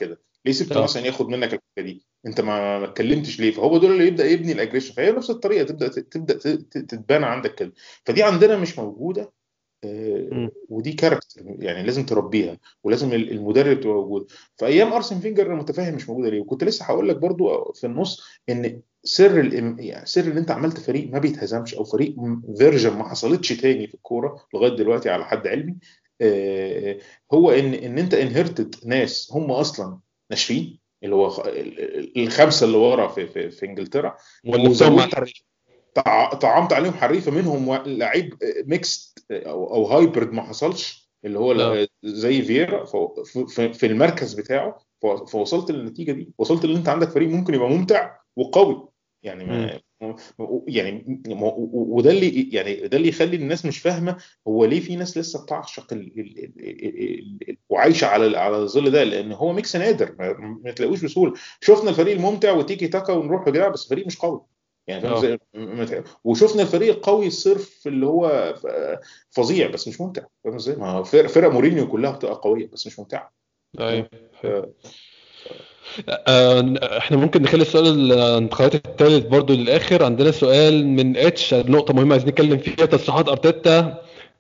ليه سبت اه مثلا ياخد منك الحته دي؟ انت ما ما اتكلمتش ليه؟ فهو دول اللي يبدا يبني الاجريشن، فهي نفس الطريقه تبدا تبدا تتبنى عندك كده. فدي عندنا مش موجوده. آه، مم. ودي كاركتر يعني لازم تربيها، ولازم ال- المدرب تبقى موجود. في ايام ارسن فينجر انا متفاهم مش موجوده ليه. وكنت لسه هقول لك برضو في النص ان سر الإم... يعني سر ان انت عملت فريق ما بيتهزمش، او فريق فيرجن ما حصلتش تاني في الكوره لغايه دلوقتي على حد علمي. آه، هو ان ان انت انهرتد ناس هم اصلا ناشئين، اللي هو خ- ال- ال- الخمسه اللي ورا في في, في انجلترا، ولفتهم مع وزودت الحريف. طع- طعمت عليهم حريفه منهم و- لعيب ميكس او او هايبرد ما حصلش، اللي هو اه ل- زي فييرا ف- في في المركز بتاعه. ف- فوصلت للنتيجه دي، وصلت ان انت عندك فريق ممكن يبقى ممتع وقوي. يعني مم. ما يعني ما- وده اللي يعني ده اللي يخلي الناس مش فاهمه هو ليه في ناس لسه بتعشق ال ال ال ال ال وعايشه على على الظل ده، لان هو ميكس نادر ما, ما تلاقوش بسهوله. شفنا الفريق الممتع وتيكي تاكا ونروح بجرا، بس فريق مش قوي. يعني فاهم اه ازاي؟ م- م- وشفنا الفريق القوي الصرف اللي هو ف- فظيع بس مش ممتع. فاهم ازاي؟ ما هو فرق فرق مورينيو كلها بتبقى قويه بس مش ممتعه. ايوه. ف- آه، احنا ممكن نخلي السؤال الانتقالات الثالث برضو للاخر. عندنا سؤال من اتش، نقطة مهمة عايزين نتكلم فيها، تصريحات ارتيتا.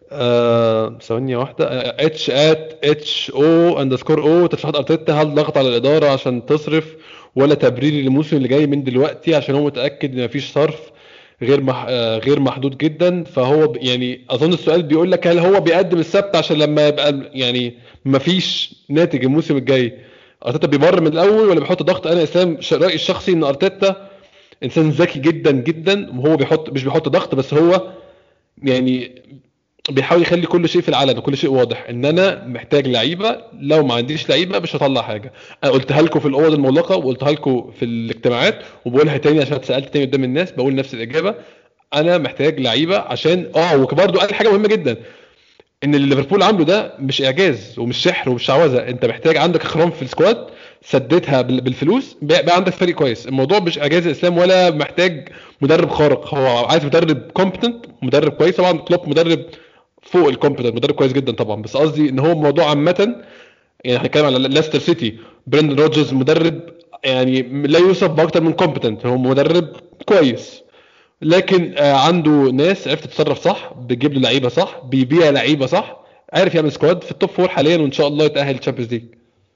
آه، ثوانية واحدة. اتش ات اتش او اندرسكور او، تصريحات ارتيتا: هل ضغط على الإدارة عشان تصرف، ولا تبرير للموسم اللي جاي من دلوقتي عشان هو متأكد ان مفيش صرف غير مح... آه، غير محدود جدا؟ فهو ب... يعني اظن السؤال بيقول لك هل هو بيقدم السبت عشان لما يبقى ال- يعني مفيش ناتج الموسم الجاي ارتيتا بيبرر من الاول، ولا بيحط ضغط؟ انا اسلام ش- رايي الشخصي ان ارتيتا انسان ذكي جدا جدا، وهو بيحط مش بيحط ضغط بس، هو يعني بيحاول يخلي كل شيء في العلن وكل شيء واضح. ان انا محتاج لعيبه، لو ما عنديش لعيبه مش هطلع حاجه. انا قلتها لكم في الاوض المغلقه، وقلتها لكم في الاجتماعات، وبقولها تاني عشان اتسالت تاني قدام الناس بقول نفس الاجابه: انا محتاج لعيبه عشان اه وبرده قال حاجه مهمه جدا، ان اللي ليفربول عامله ده مش اعجاز ومش سحر ومش شعوذه. انت محتاج عندك اخرام في السكواد، سددها بال- بالفلوس، بقى بقى عندك فريق كويس. الموضوع مش اعجاز الاسلام، ولا محتاج مدرب خارق. هو عايز مدرب كومبتنت، مدرب كويس. طبعا كلوب مدرب فوق الكومبتنت، مدرب كويس جدا طبعا، بس قصدي ان هو الموضوع عامه. يعني هنتكلم على ليستر سيتي، بريندن روجرز مدرب يعني لا يوصف باكتر من كومبتنت، هو مدرب كويس. لكن آه، عنده ناس عرفت تتصرف صح، بيجيب له لعيبه صح، بيبيع لعيبه صح، عارف يعمل سكواد في التوب فور حاليا، وان شاء الله يتاهل تشامبيونز ليج.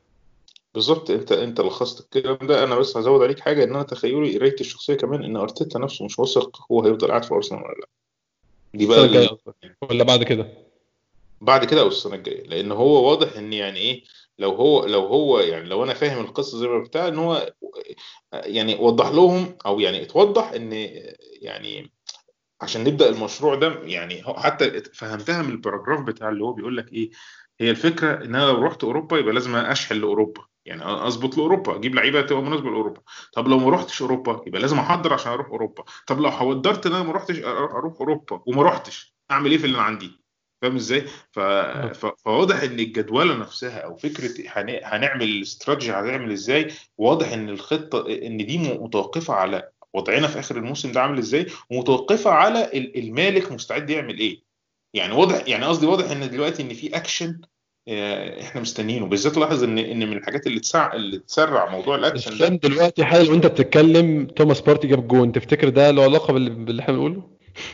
بالظبط. انت انت لخصت الكلام ده. انا بس هزود عليك حاجه، ان انا تخيلي قرايتي الشخصيه كمان ان ارتيتا نفسه مش واثق هو هيفضل قاعد في ارسنال ولا لا. دي بقى السنه الجايه ال... قصدك ولا بعد كده؟ بعد كده او السنه الجايه، لان هو واضح ان يعني ايه، لو هو لو هو يعني لو انا فاهم القصه زي ما بتاع ان هو يعني وضح لهم، او يعني اتوضح ان يعني عشان نبدأ المشروع ده. يعني هو- حتى فهمتها من الباراجراف بتاع اللي هو بيقول لك ايه، هي الفكرة ان انا لو رحت اوروبا يبقى لازم اشحن لاوروبا، يعني اظبط لاوروبا، اجيب لعيبه تبقى مناسبه لاوروبا. طب لو ما رحتش اوروبا يبقى لازم احضر عشان اروح اوروبا. طب لو قدرت ان انا ما رحتش اروح أروح اوروبا وما رحتش، اعمل ايه في اللي انا عندي؟ فاهم ازاي؟ ف... آه. ف... فواضح ان الجدوله نفسها او فكره هن... هنعمل الاستراتيجي هنعمل ازاي. واضح ان الخطه ان دي متوقفه على وضعنا في اخر الموسم ده عامل ازاي، ومتوقفه على ال- المالك مستعد يعمل ايه. يعني واضح، يعني قصدي واضح ان دلوقتي ان في اكشن آه، احنا مستنيينه. بالذات لاحظ ان ان من الحاجات اللي تسع اللي تسرع موضوع الاكشن اسلام ده. دلوقتي حالا وانت بتتكلم توماس بارتي جاب جون، تفتكر ده له علاقه باللي, باللي احنا بنقوله؟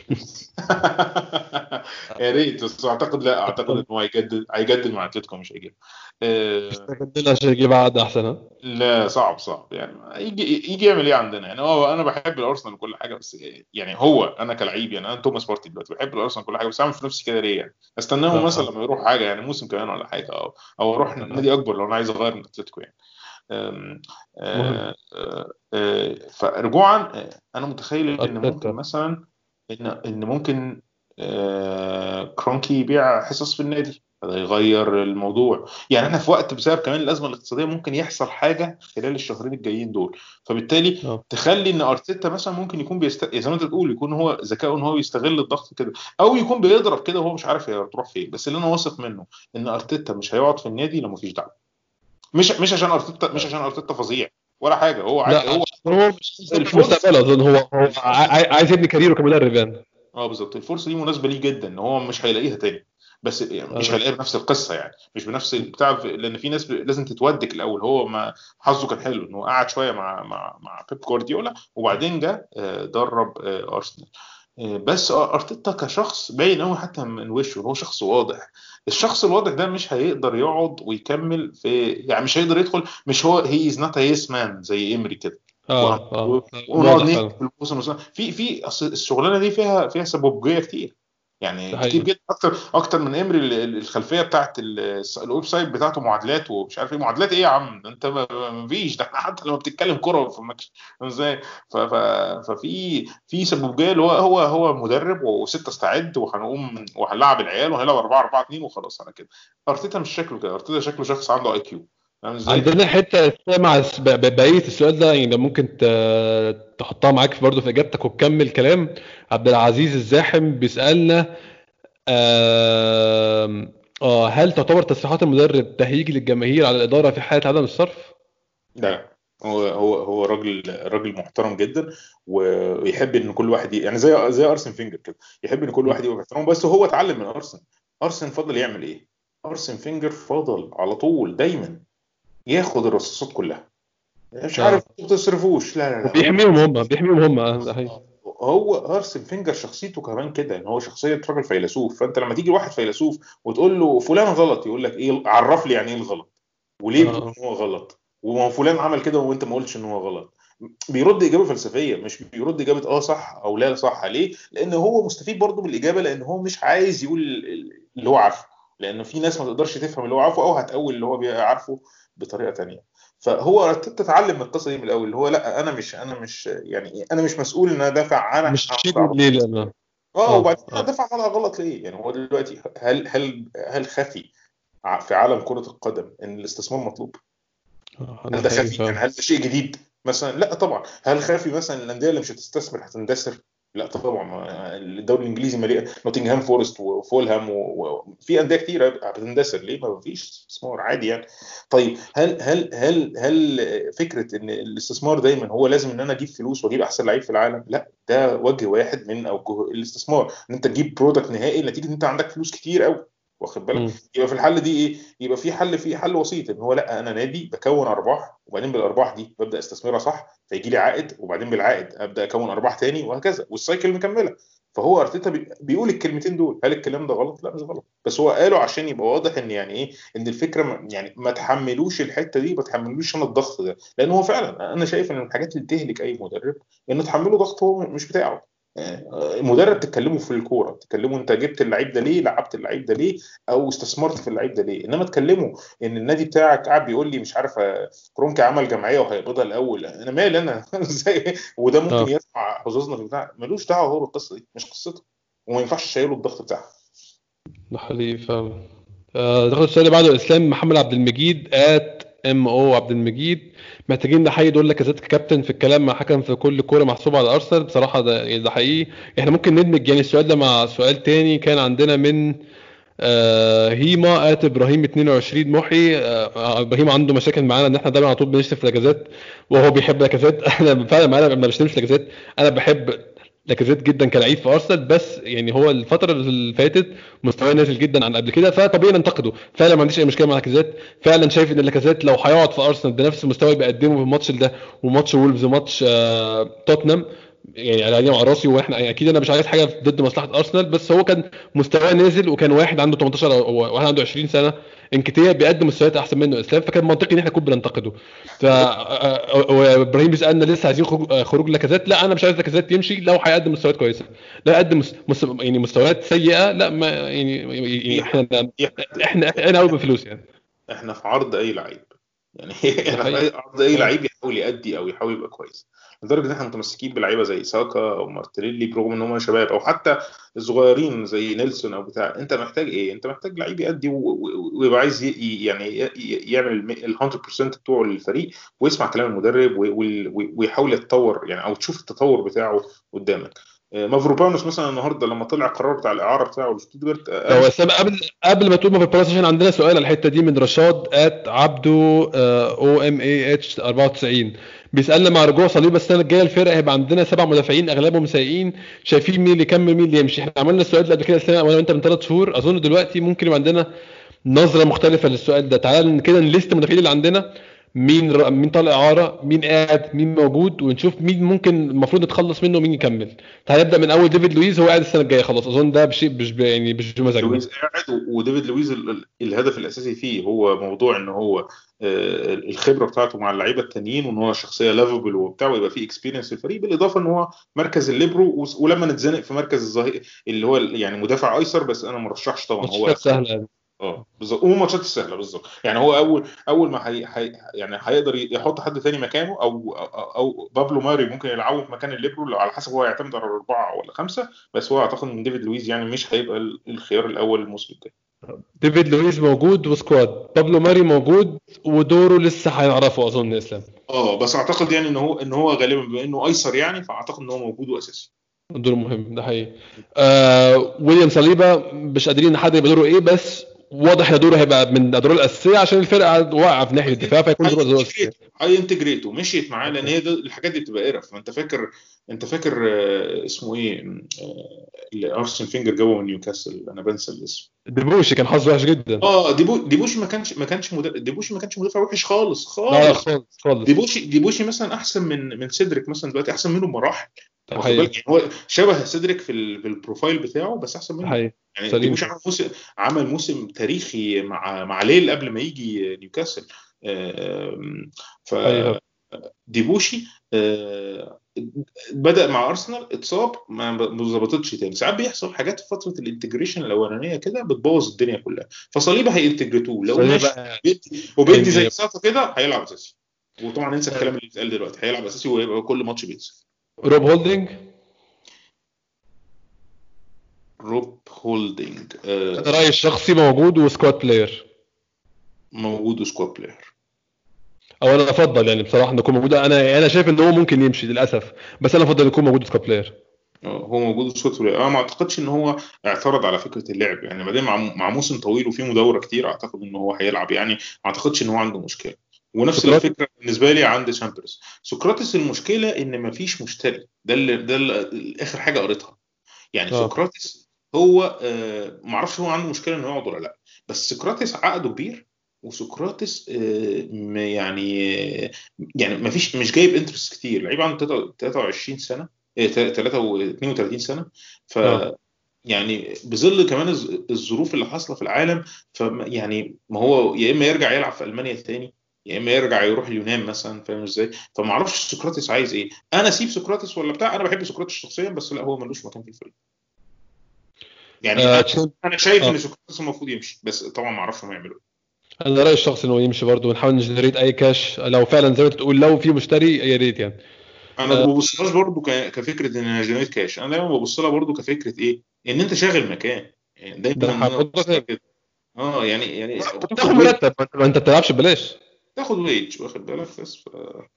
يا ريت، بس اعتقد لا، اعتقد ان هو هيجدد هيجدد مع اتلتيكو مش هيجيب. آه، استغلنا عشان يجيب عقد احسن. ها؟ لا صعب صعب يعني يجي يجي يعمل ايه عندنا. يعني هو انا بحب الارسنال وكل حاجه، بس يعني هو انا كلعيب، يعني انا توماس بارتي دلوقتي بحب الارسنال كل حاجه، بس اعمل في نفسي كده ليه؟ يعني استناه مثلا اه لما يروح حاجه، يعني موسم كمان ولا حاجه، او او اروح اه نادي اكبر لو انا عايز اغير من اتلتيكو يعني. أم، مهم. آه، آه، آه، فرجوعا آه، انا متخيل ان ممكن ارتيتا. مثلا ان ان ممكن آه، كرونكي يبيع حصص في النادي، هذا يغير الموضوع. يعني احنا في وقت بسبب كمان الازمه الاقتصاديه ممكن يحصل حاجه خلال الشهرين الجايين دول، فبالتالي اه تخلي ان ارتيتا مثلا ممكن يكون بيست... زي ما انت بتقول، يكون هو ذكائه ان هو يستغل الضغط كده، او يكون بيضرب كده وهو مش عارف هي تروح فين. بس اللي انا واثق منه ان ارتيتا مش هيقعد في النادي لو مفيش دعم. مش مش عشان ارتيتا مش عشان ارتيتا فظيع ولا حاجه، هو عاي... لا هو عشان هو مش مستقبل الفرصه مستقبله، اظن هو هو الفرصه عاي- عايز يبني كاريره كمدرب يعني. اه بالظبط، الفرصه دي مناسبه ليه جدا، ان هو مش هيلاقيها تاني. بس يعني مش آه. هلاقيه بنفس القصه، يعني مش بنفس البتاع، لان في ناس ب- لازم تتودك الاول. هو ما حظه كان حلو انه قعد شويه مع مع مع بيب جوارديولا، وبعدين جه آه، درب آه، ارسنال. آه، بس ارتيتا كشخص باين قوي حتى من وشه ان هو شخص واضح. الشخص الواضح ده مش هيقدر يقعد ويكمل في، يعني مش هيقدر يدخل، مش هو هي از نوت يس مان زي امري كده. وهن- اه اه ونقعد واضح نحكي فعلا. في الموسم في في أصل الشغلانه دي فيها فيها سبوبجيه كتير، يعني ده كتير حقيقي. جدا، اكتر اكتر من امري. ال- ال- الخلفيه بتاعت ال- الويب سايت بتاعته معادلات ومش عارف ايه. معادلات ايه يا عم؟ ده انت ما ما فيش ده، احنا حتى لما بتتكلم كره في الماتش، فاهم ازاي؟ ف- ف- ففي في سبوبجيه اللي هو هو هو مدرب وستة استعد وهنقوم وهنلعب العيال وهنلعب اربعة اربعة اتنين وخلاص على كده. ارتيتا مش شكله كده، ارتيتا شكله شخص عنده اي كيو، فاهم ازاي؟ عندنا حته أساسية مع الس- ب- ب- بقيه السؤال ده، يعني ممكن ت- تحطها معاك في برضه في اجابتك وتكمل كلام. عبد العزيز الزاحم بيسالنا، آم، اه هل تعتبر تصريحات المدرب تهييج للجماهير على الاداره في حاله عدم الصرف؟ لا، هو هو هو راجل راجل محترم جدا، ويحب ان كل واحد ي- يعني زي زي ارسن فينجر كده، يحب ان كل م. واحد يبقى محترم. بس هو اتعلم من ارسن. ارسن فضل يعمل ايه؟ ارسن فينجر فضل على طول دايما ياخد الرصاصات كلها. مش عارف اه ما تصرفوش، لا لا لا، هو وبيحميهم هم بيحميهم هم آه، ده حقيقي. هو ارسن فينجر شخصيته كمان كده، ان هو شخصيه راجل فيلسوف. فانت لما تيجي لواحد فيلسوف وتقول له فلان غلط، يقول لك ايه؟ عرف لي يعني ايه الغلط، وليه بتقول اه ان هو غلط، وما هو فلان عمل كده وانت ما قلتش ان هو غلط. بيرد اجابه فلسفيه، مش بيرد اجابه اه صح او لا صح. ليه؟ لان هو مستفيد برضه من الاجابه، لان هو مش عايز يقول اللي هو عارفه، لانه في ناس ما تقدرش تفهم اللي هو عارفه او هتقول اللي هو عارفه بطريقه تانية. فهو ارتيتا اتعلم من القصه دي من الاول، اللي هو لا، انا مش انا مش يعني انا مش مسؤول ان انا ادافع انا مش عن شيل قطع. ليه لأ. اه، اه وبعدين انا اه ادافع على غلط ليه؟ يعني هو دلوقتي هل هل هل خفي ع- في عالم كره القدم ان الاستثمار مطلوب؟ آه، هل ده ده حقيقي خفي؟ يعني فعلا. هل ده شيء جديد مثلا؟ لا طبعا. هل خفي مثلا الانديه اللي مش هتستثمر هتندثر؟ لا طبعا. ما- الدوري الانجليزي مليء، نوتنغهام فورست وفولهام وفي انديه كتير هتندثر ليه؟ ما فيش استثمار عادي يعني. طيب هل هل هل هل فكره ان الاستثمار دايما هو لازم ان انا اجيب فلوس واجيب احسن لعيب في العالم؟ لا، ده وجه واحد من اوجه الاستثمار، ان انت تجيب برودكت نهائي نتيجه ان انت عندك فلوس كتير قوي، واخد بالك؟ م. يبقى في الحل دي ايه؟ يبقى في حل في حل وسيط، ان هو لا، انا نادي بكون ارباح، وبعدين بالارباح دي ببدا استثمرها صح فيجي لي عائد، وبعدين بالعائد ابدا اكون ارباح تاني، وهكذا، والسايكل مكمله. فهو ارتيتا بي- بيقول الكلمتين دول. هل الكلام ده غلط؟ لا مش غلط، بس هو قاله عشان يبقى واضح ان يعني ايه، ان الفكره م- يعني ما تحملوش الحته دي، ما تحملوش انا الضغط ده، لان هو فعلا انا شايف ان من الحاجات اللي تهلك اي مدرب انه تحمله ضغط هو مش بتاعه. يعني المدرب تتكلموا في الكوره، تتكلموا انت جبت اللعيب ده ليه، لعبت اللعيب ده ليه، او استثمرت في اللعيب ده ليه. انما تكلموا ان النادي بتاعك قاعد بيقول لي مش عارف آه، كرونكي عمل جمعيه وهيقبضها الاول، انا مالي انا ازاي؟ وده ممكن اه يرفع حظوظنا في البتاع، ملوش دعوه هو بالقصه دي، مش قصته، وما ينفعش شايله الضغط بتاعها. ده حقيقي فعلا. آه، ناخد السؤال اللي بعده. اسلام محمد عبد المجيد ات ام او عبد المجيد، محتاجين نحيي دول لاكازيت ككابتن في الكلام مع حكم في كل كوره محسوبه على ارسنال. بصراحه ده ده حقيقي. احنا ممكن ندمج يعني السؤال ده مع سؤال تاني كان عندنا من آه هيما ات ابراهيم اتنين وعشرين محي. آه ابراهيم عنده مشاكل معانا ان احنا دايما على طول بنشتم في لاكازيت، وهو بيحب لاكازيت. احنا فعلا معانا ما بنشتمش لاكازيت. انا بحب لاكازيت جدا كلاعب في ارسنال، بس يعني هو الفتره اللي فاتت مستواه نازل جدا عن قبل كده، فطبيعي ننتقده. فعلا ما عنديش اي مشكله مع لاكازيت. فعلا شايف ان لاكازيت لو هيقعد في ارسنال بنفس المستوى اللي بيقدمه في الماتش ده وماتش وولفز وماتش آه توتنهام، يعني على عيني وعلى راسي. واحنا يعني اكيد انا مش عايز حاجه ضد مصلحه ارسنال، بس هو كان مستواه نازل، وكان واحد عنده تمنتاشر او واحد عنده عشرين سنه انكتيا بيقدم مستويات احسن منه اسلام، فكان منطقي ان احنا كنا بننتقده. ف وابراهيم بيسالنا لسه عايزين خروج خروج لاكازيت. لا انا مش عايز لاكازيت يمشي لو هيقدم مستويات كويسه. لا يقدم مس... مس... يعني مستويات سيئه، لا ما يعني, يعني في حد احنا في حد احنا احنا قوي بفلوس يعني. احنا في عرض اي لعيب، يعني ده احنا في حقيقي. اي عرض اي اه لعيب يحاول يأدي او يحاول يبقى كويس، لدرجه ان احنا متمسكين بلعيبه زي ساكا او مارتينيلي برغم ان هم شباب، او حتى الصغيرين زي نيلسون او بتاع. انت محتاج ايه؟ انت محتاج لعيب يأدي و- و- ويبقى عايز ي- ي- يعني ي- ي- يعمل ال مية بالمية بتوعه للفريق، ويسمع كلام المدرب و- وال- ويحاول يتطور، يعني او تشوف التطور بتاعه قدامك. مافروبانوس مثلا النهارده لما طلع القرار بتاع الاعاره بتاعه لشتوتجارت لو قال اسلام قبل قبل ما تقول ما في البلاي ستيشن، عندنا سؤال على الحته دي من رشاد ات عبده او ام اي اتش أربعة وتسعين، بيسالنا مع رجوع صليب السنه الجايه الفرقه هيبقى عندنا سبع مدافعين اغلبهم سيئين، شايفين مين اللي يكمل مين اللي يمشي؟ احنا عملنا السؤال ده قبل كده اسلام وانا وانت من ثلاث شهور، اظن دلوقتي ممكن يبقى عندنا نظره مختلفه للسؤال ده. تعال كده نليست المدافعين اللي عندنا، مين ر... مين طالع اعاره، مين قاعد، مين موجود، ونشوف مين ممكن المفروض نتخلص منه ومين يكمل. تعال نبدا من اول ديفيد لويز، هو قاعد السنه الجايه خلاص، اظن ده بشيء مش ب... يعني مش بمزاجنا. لويز قاعد، و- وديفيد لويز ال- ال- الهدف الاساسي فيه هو موضوع ان هو آه، الخبره بتاعته مع اللعيبه التانيين، وان هو شخصيه لافبل وبتاع، ويبقى فيه اكسبيرينس في الفريق، بالاضافه ان هو مركز الليبرو، وس- ولما نتزنق في مركز الظهير اللي هو ال- يعني مدافع ايسر، بس انا ما رشحش طبعا هو ماتشات اساسي. سهله يعني. اه بالظبط، وماتشات السهله بالظبط. يعني هو اول اول ما هي هي يعني هيقدر يحط حد تاني مكانه، او او, أو بابلو ماري ممكن يلعبه في مكان الليبرو، لو على حسب هو يعتمد على اربعه ولا خمسه. بس هو اعتقد ان ديفيد لويز يعني مش هيبقى ال- الخيار الاول الموسم الجاي. ديفيد لويس موجود وسكواد، بابلو ماري موجود ودوره لسه هيعرفه اظن اسلام. اه بس اعتقد يعني ان هو ان هو غالبا بما انه ايسر يعني، فاعتقد ان هو موجود واساسي. دوره مهم ده حقيقي. آه ويليام صليبا مش قادرين نحدد يبقى دوره ايه، بس واضح ان دوره هيبقى من الادوار الاساسيه عشان الفرقه واقعه في ناحيه الدفاع، فيكون هاي دوره الادوار الاساسيه. انتجريت هاي انتجريت ومشيت معاه، لان هي ده الحاجات دي بتبقى قرف. ما انت فاكر انت فاكر آه، اسمه ايه، آه، اللي ارسن فينجر جابه من نيوكاسل، انا بنسى الاسم. ديبوشي كان حظه وحش جدا. اه ديبو ديبوشي ما كانش ما كانش مدافع، ديبوشي ما كانش مدافع وحش خالص لا لا خالص. خالص خالص. ديبوشي ديبوشي مثلا احسن من من سيدريك مثلا، دلوقتي احسن منه بمراحل. ده واخد بالك؟ حقيقي. يعني هو شبه سيدريك في ال- في البروفايل بتاعه، بس احسن ده منه. حقيقي. يعني سليم ديبوشي كده. عمل موسم عمل موسم تاريخي مع مع ليل قبل ما يجي نيوكاسل. آم، حقيقي. فديبوشي آه، بدأ مع ارسنال، اتصاب، ما ما ظبطتش تاني. ساعات بيحصل حاجات في فتره الانتجريشن الاولانيه كده بتبوظ الدنيا كلها. فصليبه هينتجريتوه لو ماشي، صليبا بيدي وبيدي زي يعني. ساطا كده، هيلعب اساسي. وطبعا ننسى الكلام اللي بيتقال دلوقتي، هيلعب اساسي ويبقى كل ماتش بيكسب. روب هولدنج. روب هولدنج انا آه، رايي الشخصي موجود وسكواد بلاير، موجود سكواد بلاير. او انا افضل يعني بصراحه انه يكون موجود. انا انا شايف ان هو ممكن يمشي للاسف، بس انا افضل يكون موجود سكواد بلاير. آه، هو موجود سكواد بلاير. انا ما اعتقدش ان هو اعترض على فكره اللعب يعني، ما دام مع مع موسم طويل وفيه مدوره كتير، اعتقد ان هو هيلعب يعني. ما اعتقدش ان هو عنده مشكله. ونفس سقراط. الفكره بالنسبه لي عند شامبرز. سقراطس المشكله ان ما فيش مشتري، ده اللي ده اللي اخر حاجه قريتها. يعني اه. سقراطس هو آه ما اعرفش هو عنده مشكله انه يقعد ولا لا. بس سقراطس عقده كبير، وسقراطس آه م- يعني آه يعني ما فيش مش جايب انترست كتير. لعيب عنده تلاتة وعشرين سنه، آه، تلاتة واتنين وتلاتين سنه. ف اه. يعني بظل كمان الظ- الظروف اللي حاصله في العالم، ف يعني ما هو يا اما يرجع يلعب في المانيا تاني، يا اما يرجع يروح اليونان مثلا. فاهم ازاي؟ فما اعرفش سقراطس عايز ايه. انا اسيب سقراطس ولا بتاع؟ انا بحب سقراطس شخصيا، بس لا هو ملوش مكان في الفريق. يعني آه، انا تشيل- انا شايف اه. ان سقراطس المفروض يمشي، بس طبعا ما اعرفش هم يعملوا انا رايي الشخصي انه يمشي برضه، ونحاول نجنريت اي كاش لو فعلا زي ما انت تقول، لو في مشتري يا ريت يعني. ايه. انا ما آه، ببصلهاش برضو ك- كفكره ان انا جنريت كاش. انا دايما ببص لها برضو كفكره ايه، ان انت شاغل مكان. يعني ده دايما ان انا برضه ببص لها تاني. كده. اه يعني يعني بتاخد بتاخد ويت، مرتب، ما انت ما انت بتلعبش ببلاش. تاخد ويت واخد بالك بس ف...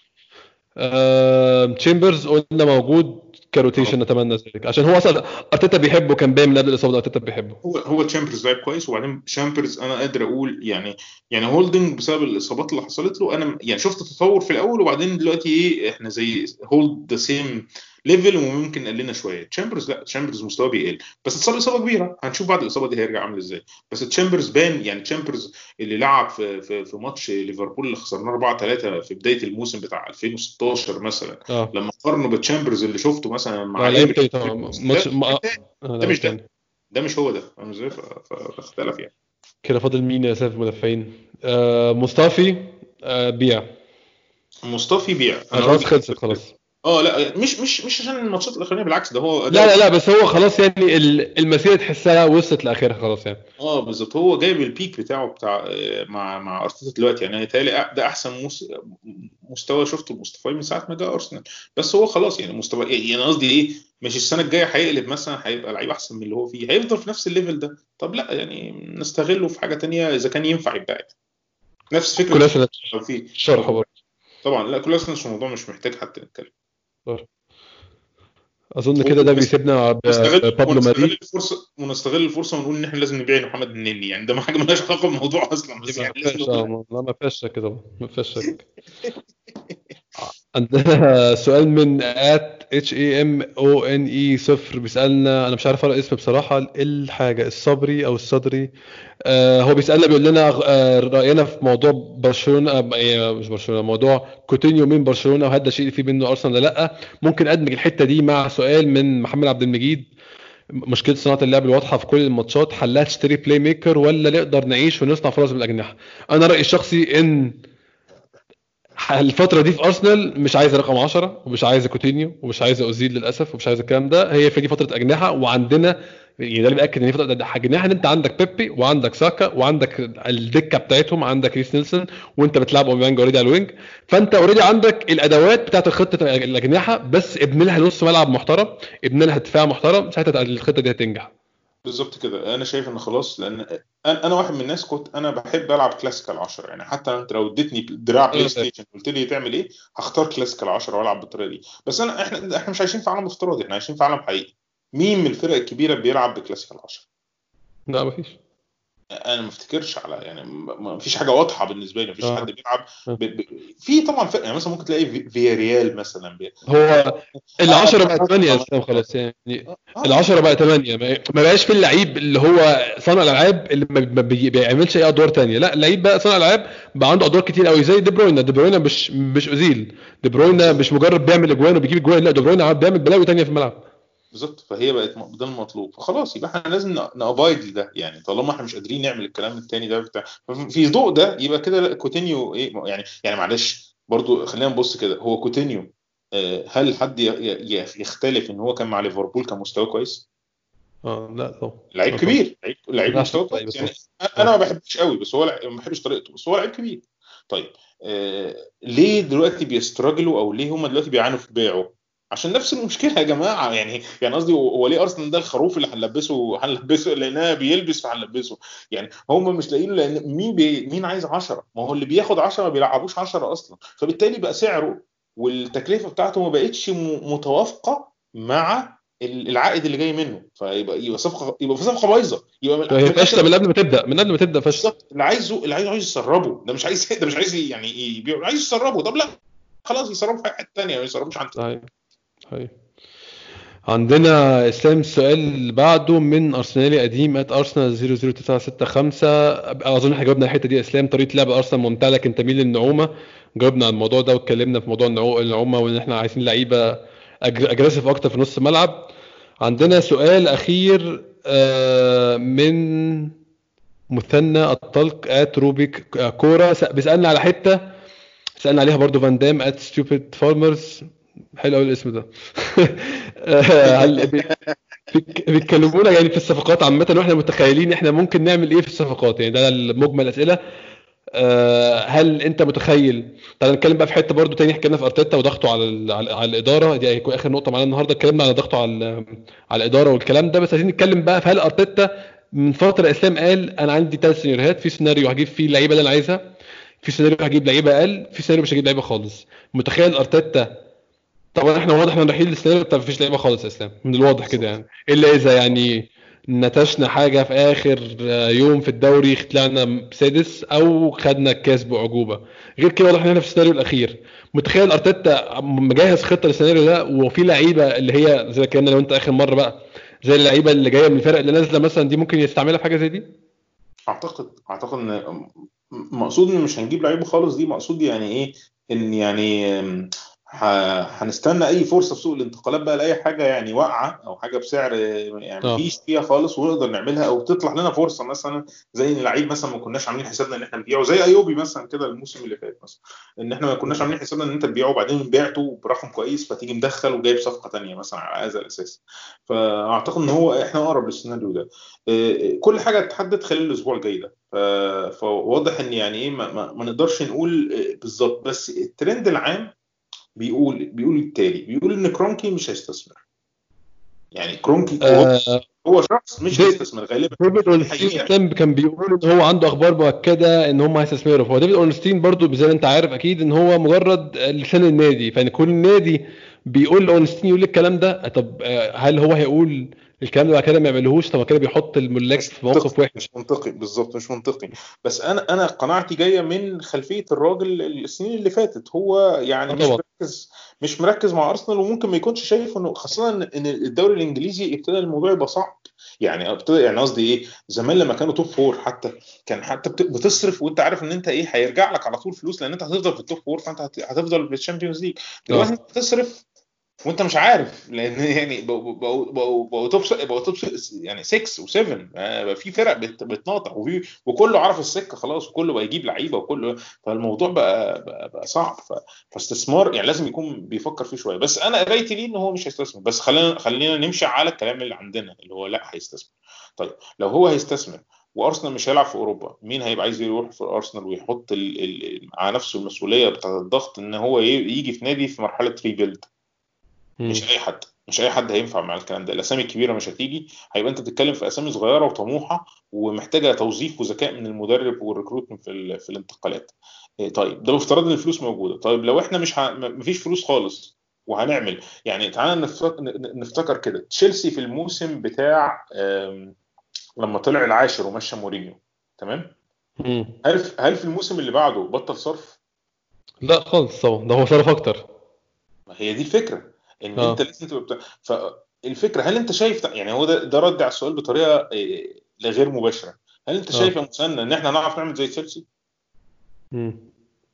آه، تشامبرز قلنا موجود اه كروتيشن، نتمنى ذلك عشان هو اصلا ارتيتا بيحبه، كان باين من قبل الاصابه ارتيتا بيحبه. هو هو تشامبرز لعب كويس. وبعدين تشامبرز انا قادر اقول يعني، يعني هولدنج بسبب الاصابات اللي حصلت له، انا يعني شفت تطور في الاول، وبعدين دلوقتي ايه، احنا زي هولد ذا سيم ليفل، وممكن قلنا شويه. تشامبرز لا، تشامبرز مستواه بيقل، بس اتصاب اصابه كبيره، هنشوف بعد الاصابه دي هيرجع عامل ازاي. بس تشامبرز بان يعني. تشامبرز اللي لعب في في, في ماتش ليفربول اللي خسرناه اربعة تلاتة في بدايه الموسم بتاع الفين وستاشر مثلا، اه. لما قارنه بتشامبرز اللي شفته مثلا مع لا لعيب ايمري تاني طبعا. ماتش ده ما... ده آه، ده لعيب مش ده تاني. ده مش هو ده. فاهم ازاي؟ ف- ف- فاختلف يعني. كده فاضل مين يا سيف مدافعين؟ آه مصطفي. آه بيع. مصطفي بيع. آه انا خلاص راجل خلصت خلاص. اه لا، مش مش مش عشان الماتشات الاخرانيه، بالعكس ده هو لا اداؤه. لا لا، بس هو خلاص يعني ال- المسيرة تحسها وصلت لاخرها خلاص يعني. اه بالظبط، هو جايب البيك بتاعه بتاع آه، مع مع ارتيتا دلوقتي. يعني تالي ده احسن مس- مستوى شفته لمصطفى من ساعه ما جاء ارسنال. بس هو خلاص يعني مستوى، يعني قصدي ايه، مش السنه الجايه هيقلب مثلا هيبقى لعيب احسن من اللي هو فيه، هيفضل في نفس الليفل ده. طب لا يعني نستغله في حاجه تانية اذا كان ينفع يتباع. نفس فكره كولاس لو في شرح لو برضه. طبعا لا، كل اصلا الموضوع مش محتاج حتى نتكلم. اظن كده ده بيسيبنا ونستغل بابلو ونستغل ماري. الفرصه ونستغل الفرصه ونقول ان احنا لازم نبيع محمد النني، يعني ده ما حاجه مالهاش علاقه بالموضوع اصلا، دي بس ما يعني لازم فيهاش نقولها. اه لا ما فيهاش شك طبعا، ما فيهاش شك. عندنا سؤال من ات اتش اي ام او ان اي صفر بيسالنا، انا مش عارف اقرا اسم بصراحه، الحاجه الصبري او الصدري. آه هو بيسالنا بيقول لنا آه راينا في موضوع برشلونه، آه آه، مش برشلونه، موضوع كوتينيو من برشلونه وهذا الشيء فيه منه ارسنال ولا لا. ممكن ادمج الحته دي مع سؤال من محمد عبد المجيد. مشكله صناعه اللعب الواضحه في كل الماتشات، حلها تشتري بلاي ميكر ولا نقدر نعيش ونصنع فرص بالاجنحه؟ انا رايي الشخصي ان الفترة دي في أرسنال مش عايز رقم عشرة، ومش عايز كوتينيو، ومش عايز أوزيل للأسف، ومش عايز الكلام ده. هي في دي فترة أجنحة، وعندنا يعني ده اللي بيأكد إن هي فترة أجنحة، إن أنت عندك بيبي وعندك ساكا وعندك الدكة بتاعتهم، عندك ريس نيلسون، وأنت بتلعب أوباميانج أوريدي على الوينج. فأنت أوريدي عندك الأدوات بتاعت الخطة الأجنحة، بس ابن لها نص ملعب محترم، ابن لها دفاع محترم، ساعتها الخطة دي هتنجح. بالظبط كده، انا شايف ان خلاص، لان انا أنا واحد من الناس كنت انا بحب العب كلاسيكال عشرة، يعني حتى انت لو اديتني دراع بلاي ستيشن قلت لي تعمل ايه هختار كلاسيكال عشرة والعب بالطريقه دي. بس انا احنا احنا مش عايشين في عالم افتراضي، احنا عايشين في عالم حقيقي. مين من الفرق الكبيره بيلعب بكلاسيكال عشرة؟ لا مفيش. انا ما افتكرش على، يعني ما فيش حاجه واضحه بالنسبه لي، ما فيش حد آه. بيلعب آه. ب... ب... في طبعا فرق، يعني مثلا ممكن تلاقي في- فياريال مثلا بي... هو آه، العشرة بقت ثمانية يا مثلا. اسلام خلاص يعني. اه العشرة بقى ثمانية، ما ما بقاش في اللعيب اللي هو صانع الالعاب اللي ما ما بي- بيعملش اي ادوار تانية. لا، اللعيب بقى صانع العاب بقى عنده ادوار كتير قوي، زي دي بروينا. دي بروينا مش مش اوزيل. دي بروينا بالظبط مش مجرد بيعمل اجوان وبيجيب اجوان، لا، دي بروينا عم بيعمل بلاوي تانية في الملعب. بالظبط، فهي بقت م- ده المطلوب، فخلاص يبقى احنا لازم نابايد ده، يعني طالما احنا مش قادرين نعمل الكلام التاني ده بتاع، في ضوء ده يبقى كده لا، كوتينيو ايه يعني يعني معلش برضو خلينا نبص كده، هو كوتينيو آه، هل حد ي- ي- يختلف ان هو كان مع ليفربول كان مستوى كويس؟ اه لا طبعا. لعيب لا طبعا. كبير، لعيب لعيب من احسن مستوى اللعيبه كويس يعني. طبعا. انا ما اه. بحبش قوي، بس هو لع- ما بحبش طريقته، بس هو لعيب كبير. طيب آه ليه دلوقتي بيستراجلوا، او ليه هم دلوقتي بيعانوا في بيعه؟ عشان نفس المشكله يا جماعه، يعني يعني قصدي هو هو ليه ارسنال ده الخروف اللي هنلبسه هنلبسه لانها بيلبس فهنلبسه؟ يعني هم مش لاقيين، لان مين بي مين عايز عشرة؟ ما هو اللي بياخد عشرة ما بيلعبوش عشرة اصلا، فبالتالي بقى سعره والتكلفه بتاعته ما بقتش م- متوافقه مع ال- العائد اللي جاي منه، فيبقى يبقى صفقه، يبقى في صفقه بايظه، يبقى من, هي من الاخر. فاشله من قبل ما تبدا، من قبل ما تبدا فاشله. بالظبط، اللي عايزه اللي عايزه عايز يسربه، ده مش عايز ده مش عايز يعني يبيعه، عايز يسربه. طب لا، خلاص يسربه في حته ثانيه، ما يسربوش عندي. صحيح. صحيح. عندنا اسلام السؤال اللي بعده من ارسنالي قديم ات ارسنال صفر صفر تسعة ستة خمسة. اظن احنا جاوبنا الحته دي يا اسلام. طريقه لعب ارسنال ممتعه لكن تميل للنعومه. جاوبنا على الموضوع ده واتكلمنا في موضوع النعو- النعومه، وان احنا عايزين لعيبه اجريسيف اكتر في نص الملعب. عندنا سؤال اخير آه، من مثنى الطلق ات روبيك آه، كوره س- بيسالنا على حته سالنا عليها برضو فان دام ات ستوبيد فارمرز. حلو قوي الاسم ده. آه، هل بيك- بيتكلمونا يعني في الصفقات عامة، واحنا متخيلين احنا ممكن نعمل ايه في الصفقات، يعني ده المجمل الاسئلة. آه، هل انت متخيل؟ تعال نتكلم بقى في حته برضو تاني. حكينا في ارتيتا وضغطه على ال- على, على الاداره دي، هيكون اخر نقطه معانا النهارده. اتكلمنا على ضغطه على ال- على الاداره والكلام ده، بس عايزين نتكلم بقى في هل ارتيتا من فتره اسلام قال انا عندي ثلاث سيناريوهات، في سيناريو هجيب فيه اللعيبه اللي انا عايزها، في سيناريو هجيب لعيبه اقل، في سيناريو مش هجيب لعيبه خالص. متخيل ارتيتا؟ طبعا احنا واضح احنا رايحين للسيناريو بتاع مفيش لعيبه خالص يا اسلام من الواضح كده بالظبط. يعني، الا اذا يعني نتشنا حاجه في اخر يوم في الدوري طلعنا سادس او خدنا الكاس باعجوبه. غير كده واضح ان احنا في السيناريو الاخير. متخيل ارتيتا مجهز خطه للسيناريو ده، وفي لعيبه اللي هي زي كنا لو انت اخر مره بقى، زي اللعيبه اللي جايه من الفرق اللي نازله مثلا دي، ممكن يستعملها في حاجه زي دي؟ اعتقد اعتقد ان مقصود ان مش هنجيب لعيبه خالص، دي مقصود يعني ايه؟ ان يعني أم، ه- هنستنى اي فرصه في سوق الانتقالات بقى لاي حاجه يعني واقعه، او حاجه بسعر يعني اه. مفيش فيها خالص ونقدر نعملها، او تطلع لنا فرصه مثلا زي ان لعيب مثلا ما كناش عاملين حسابنا ان احنا نبيعه، زي ايوبي مثلا كده الموسم اللي فات مثلا، ان احنا ما كناش عاملين حسابنا ان انت تبيعه وبعدين بعته برقم كويس، فتيجي مدخل وجايب صفقه تانيه مثلا على هذا الاساس. فاعتقد ان هو احنا اقرب للسيناريو ده. إيه، كل حاجه هتتحدد خلال الاسبوع الجاي ده. ف- فواضح ان يعني ايه ما, ما, ما نقدرش نقول إيه بالظبط، بس الترند العام بيقول بيقول التالي، بيقول ان كرونكي مش هيستثمر. يعني كرونكي هو آه، هو شخص مش دي- هيستثمر غالبا، ديفيد اورنستين هيبيع. اسلام كان بيقول ان هو عنده اخبار مؤكده ان هم هيستثمروا. فهو ديفيد اورنستين برضو زي ما انت عارف اكيد ان هو مجرد لسان النادي، فان كل نادي بيقول اونستين يقول الكلام ده. طب آه، هل هو هيقول الكلام ده بعد كده ما يعملهوش؟ طب كده بيحط الملاك مش في موقف منطقي، وحش. مش منطقي بالظبط، مش منطقي. بس انا انا قناعتي جايه من خلفيه الراجل السنين اللي فاتت. هو يعني اه مش طبعا. مركز، مش مركز مع ارسنال، وممكن ما يكونش شايف انه، خاصه ان الدوري الانجليزي ابتدى الموضوع يبقى صعب. يعني ابتدى، يعني قصدي ايه، زمان لما كانوا توب فور حتى كان حتى بت- بتصرف وانت عارف ان انت ايه هيرجع لك على طول فلوس، لان انت هتفضل في التوب فور، فانت هت- هتفضل في الشامبيونز ليج. دلوقتي انت اه بتصرف وانت مش عارف، لان يعني بقوا بقوا بقوا بقوا توب بقوا توب يعني ستة و7. بقى في فرق بت- بتناطح، وفي وكله عرف السكه خلاص، وكله بقى يجيب لعيبه وكله. فالموضوع بقى بقى, بقى صعب. ف- فاستثمار يعني لازم يكون بيفكر فيه شويه. بس انا قرايتي ليه ان هو مش هيستثمر. بس خلينا خلينا نمشي على الكلام اللي عندنا اللي هو لا هيستثمر. طيب لو هو هيستثمر وارسنال مش هيلعب في اوروبا، مين هيبقى عايز يروح في ارسنال ويحط ال ال على نفسه المسؤوليه بتاعه الضغط ان هو ي- يجي في نادي في مرحله ريبيلد؟ مم. مش اي حد، مش اي حد هينفع مع الكلام ده. الاسامي الكبيره مش هتيجي، هيبقى انت بتتكلم في اسامي صغيره وطموحه ومحتاجه توظيف وذكاء من المدرب والريكروتمنت في ال- في الانتقالات. إيه، طيب ده بافتراض ان الفلوس موجوده. طيب لو احنا مش ه... م- مفيش فلوس خالص وهنعمل، يعني تعالى نفتكر, نفتكر كده تشيلسي في الموسم بتاع آم، لما طلع العاشر ومشى مورينيو، تمام؟ مم. هل هل في الموسم اللي بعده بطل صرف؟ لا خالص طبعا، ده هو صرف اكتر. ما هي دي الفكره، ان انت اه. لازم تبقى بتاع. فالفكره، هل انت شايف يعني هو ده ده رد على السؤال بطريقه إيه، غير مباشره. هل انت اه. شايف يا مسنى ان احنا نعرف نعمل زي تشيلسي؟ مم.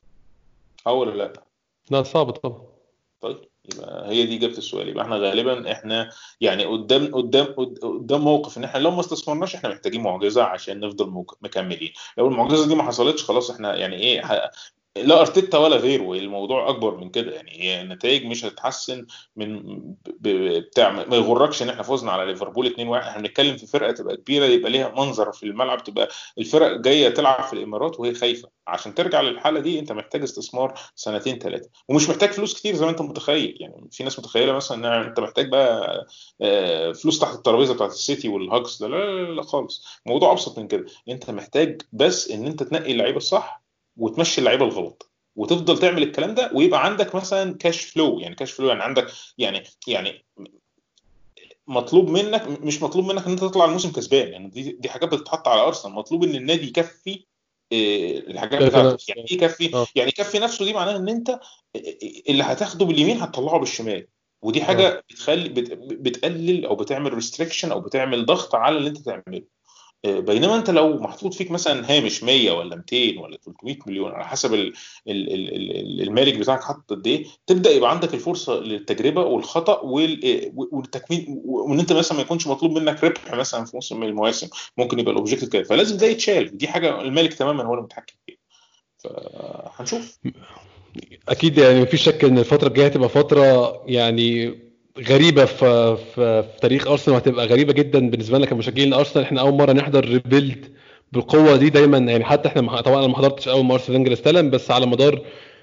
اه ولا لا؟ لا صعب طبعا. طيب يبقى هي دي اجابه السؤال. يبقى احنا غالبا احنا يعني قدام قدام قد- قدام موقف ان احنا لو ما استثمرناش احنا محتاجين معجزه عشان نفضل مك- مكملين. لو المعجزه دي ما حصلتش خلاص احنا يعني ايه، لا ارتيتا ولا غيره. الموضوع اكبر من كده. يعني هي النتائج مش هتتحسن من ب- ب- بتاع. ما يغركش ان احنا فزنا على ليفربول اتنين واحد. احنا بنتكلم في فرقه تبقى كبيره، يبقى ليها منظر في الملعب، تبقى الفرق جايه تلعب في الامارات وهي خايفه. عشان ترجع للحاله دي انت محتاج استثمار سنتين ثلاثه، ومش محتاج فلوس كتير زي ما انت متخيل. يعني في ناس متخيله مثلا ان انت محتاج بقى آه، فلوس تحت الترابيزه بتاعت السيتي والهاكس ده. لا لا لا لا خالص. الموضوع ابسط من كده. انت محتاج بس ان انت تنقي اللعيبه الصح وتمشي اللعيبه الغلط، وتفضل تعمل الكلام ده، ويبقى عندك مثلا كاش فلو. يعني كاش فلو يعني عندك، يعني يعني مطلوب منك، مش مطلوب منك ان انت تطلع الموسم كسبان. يعني دي دي حاجات بتتحط على ارسنال. مطلوب ان النادي يكفي آه، الحاجات كافي بتاعته. نفسه. يعني ايه يكفي؟ اه. يعني يكفي نفسه دي معناها ان انت آه، اللي هتاخده باليمين هتطلعه بالشمال. ودي اه. حاجه بتخلي بت- بتقلل او بتعمل ريستريكشن او بتعمل ضغط على اللي انت تعمله. بينما انت لو محطوط فيك مثلا هامش مية ولا ميتين ولا تلتمية مليون على حسب ال- ال- ال- ال- المالك بتاعك حاطط قد ايه، تبدا يبقى عندك الفرصه للتجربه والخطا وال- والتكوين. وان انت مثلا ما يكونش مطلوب منك ربح مثلا في موسم من المواسم، ممكن يبقى الاوبجيكتيف كده. فلازم ده يتشال. دي حاجه المالك تماما هو المتحكم فيها. فهنشوف. اكيد يعني مفيش شك ان الفتره الجايه هتبقى فتره يعني غريبه في في, في تاريخ ارسنال، وهتبقى غريبه جدا بالنسبه لنا كمشجعين ارسنال. احنا اول مره نحضر ريبيلد بالقوه دي دايما. يعني حتى احنا مح- طبعا انا ما حضرتش اول ما ارسنال فينجر استلم، بس على مدار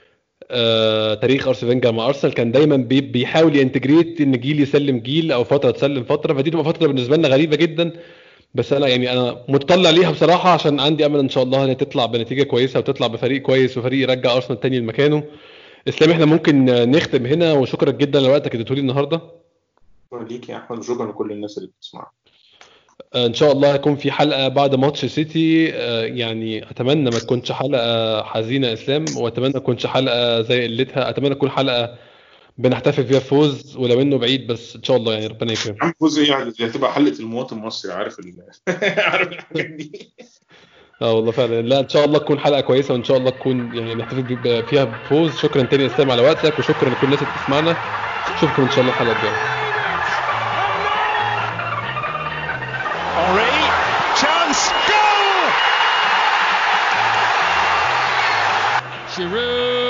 آه تاريخ ارسنال فينجر مع ارسنال كان دايما بي بيحاول ينتجريت ان جيل يسلم جيل او فتره تسلم فتره. فدي تبقى فتره بالنسبه لنا غريبه جدا. بس انا يعني انا متطلع ليها بصراحه، عشان عندي امل ان شاء الله ان هي تطلع بنتيجه كويسه وتطلع بفريق كويس وفريق يرجع ارسنال تاني لمكانه. اسلام احنا ممكن نختم هنا، وشكرا جدا لوقتك اديته لي النهارده. شكرا ليك يا احمد، وشكرا لكل الناس اللي بتسمع. آه، ان شاء الله هيكون في حلقه بعد ماتش سيتي. آه، يعني اتمنى ما تكونش حلقه حزينه يا اسلام، واتمنى ما تكونش حلقه زي قلتها. اتمنى تكون حلقه بنحتفل فيها فوز ولو انه بعيد، بس ان شاء الله يعني ربنا يكرم. عم فوز ايه يعني؟ دي هتبقى حلقه المواطن المصري، عارف ال... عارف الحاجات دي. اه والله فعلا. لا ان شاء الله تكون حلقه كويسه، وان شاء الله تكون يعني نحتفل ب- فيها بفوز. شكرا تاني يا اسلام على وقتك، وشكرا لكل الناس اللي بتسمعنا. اشوفكم ان شاء الله الحلقه الجايه. Henri, chance, goal! Giroud.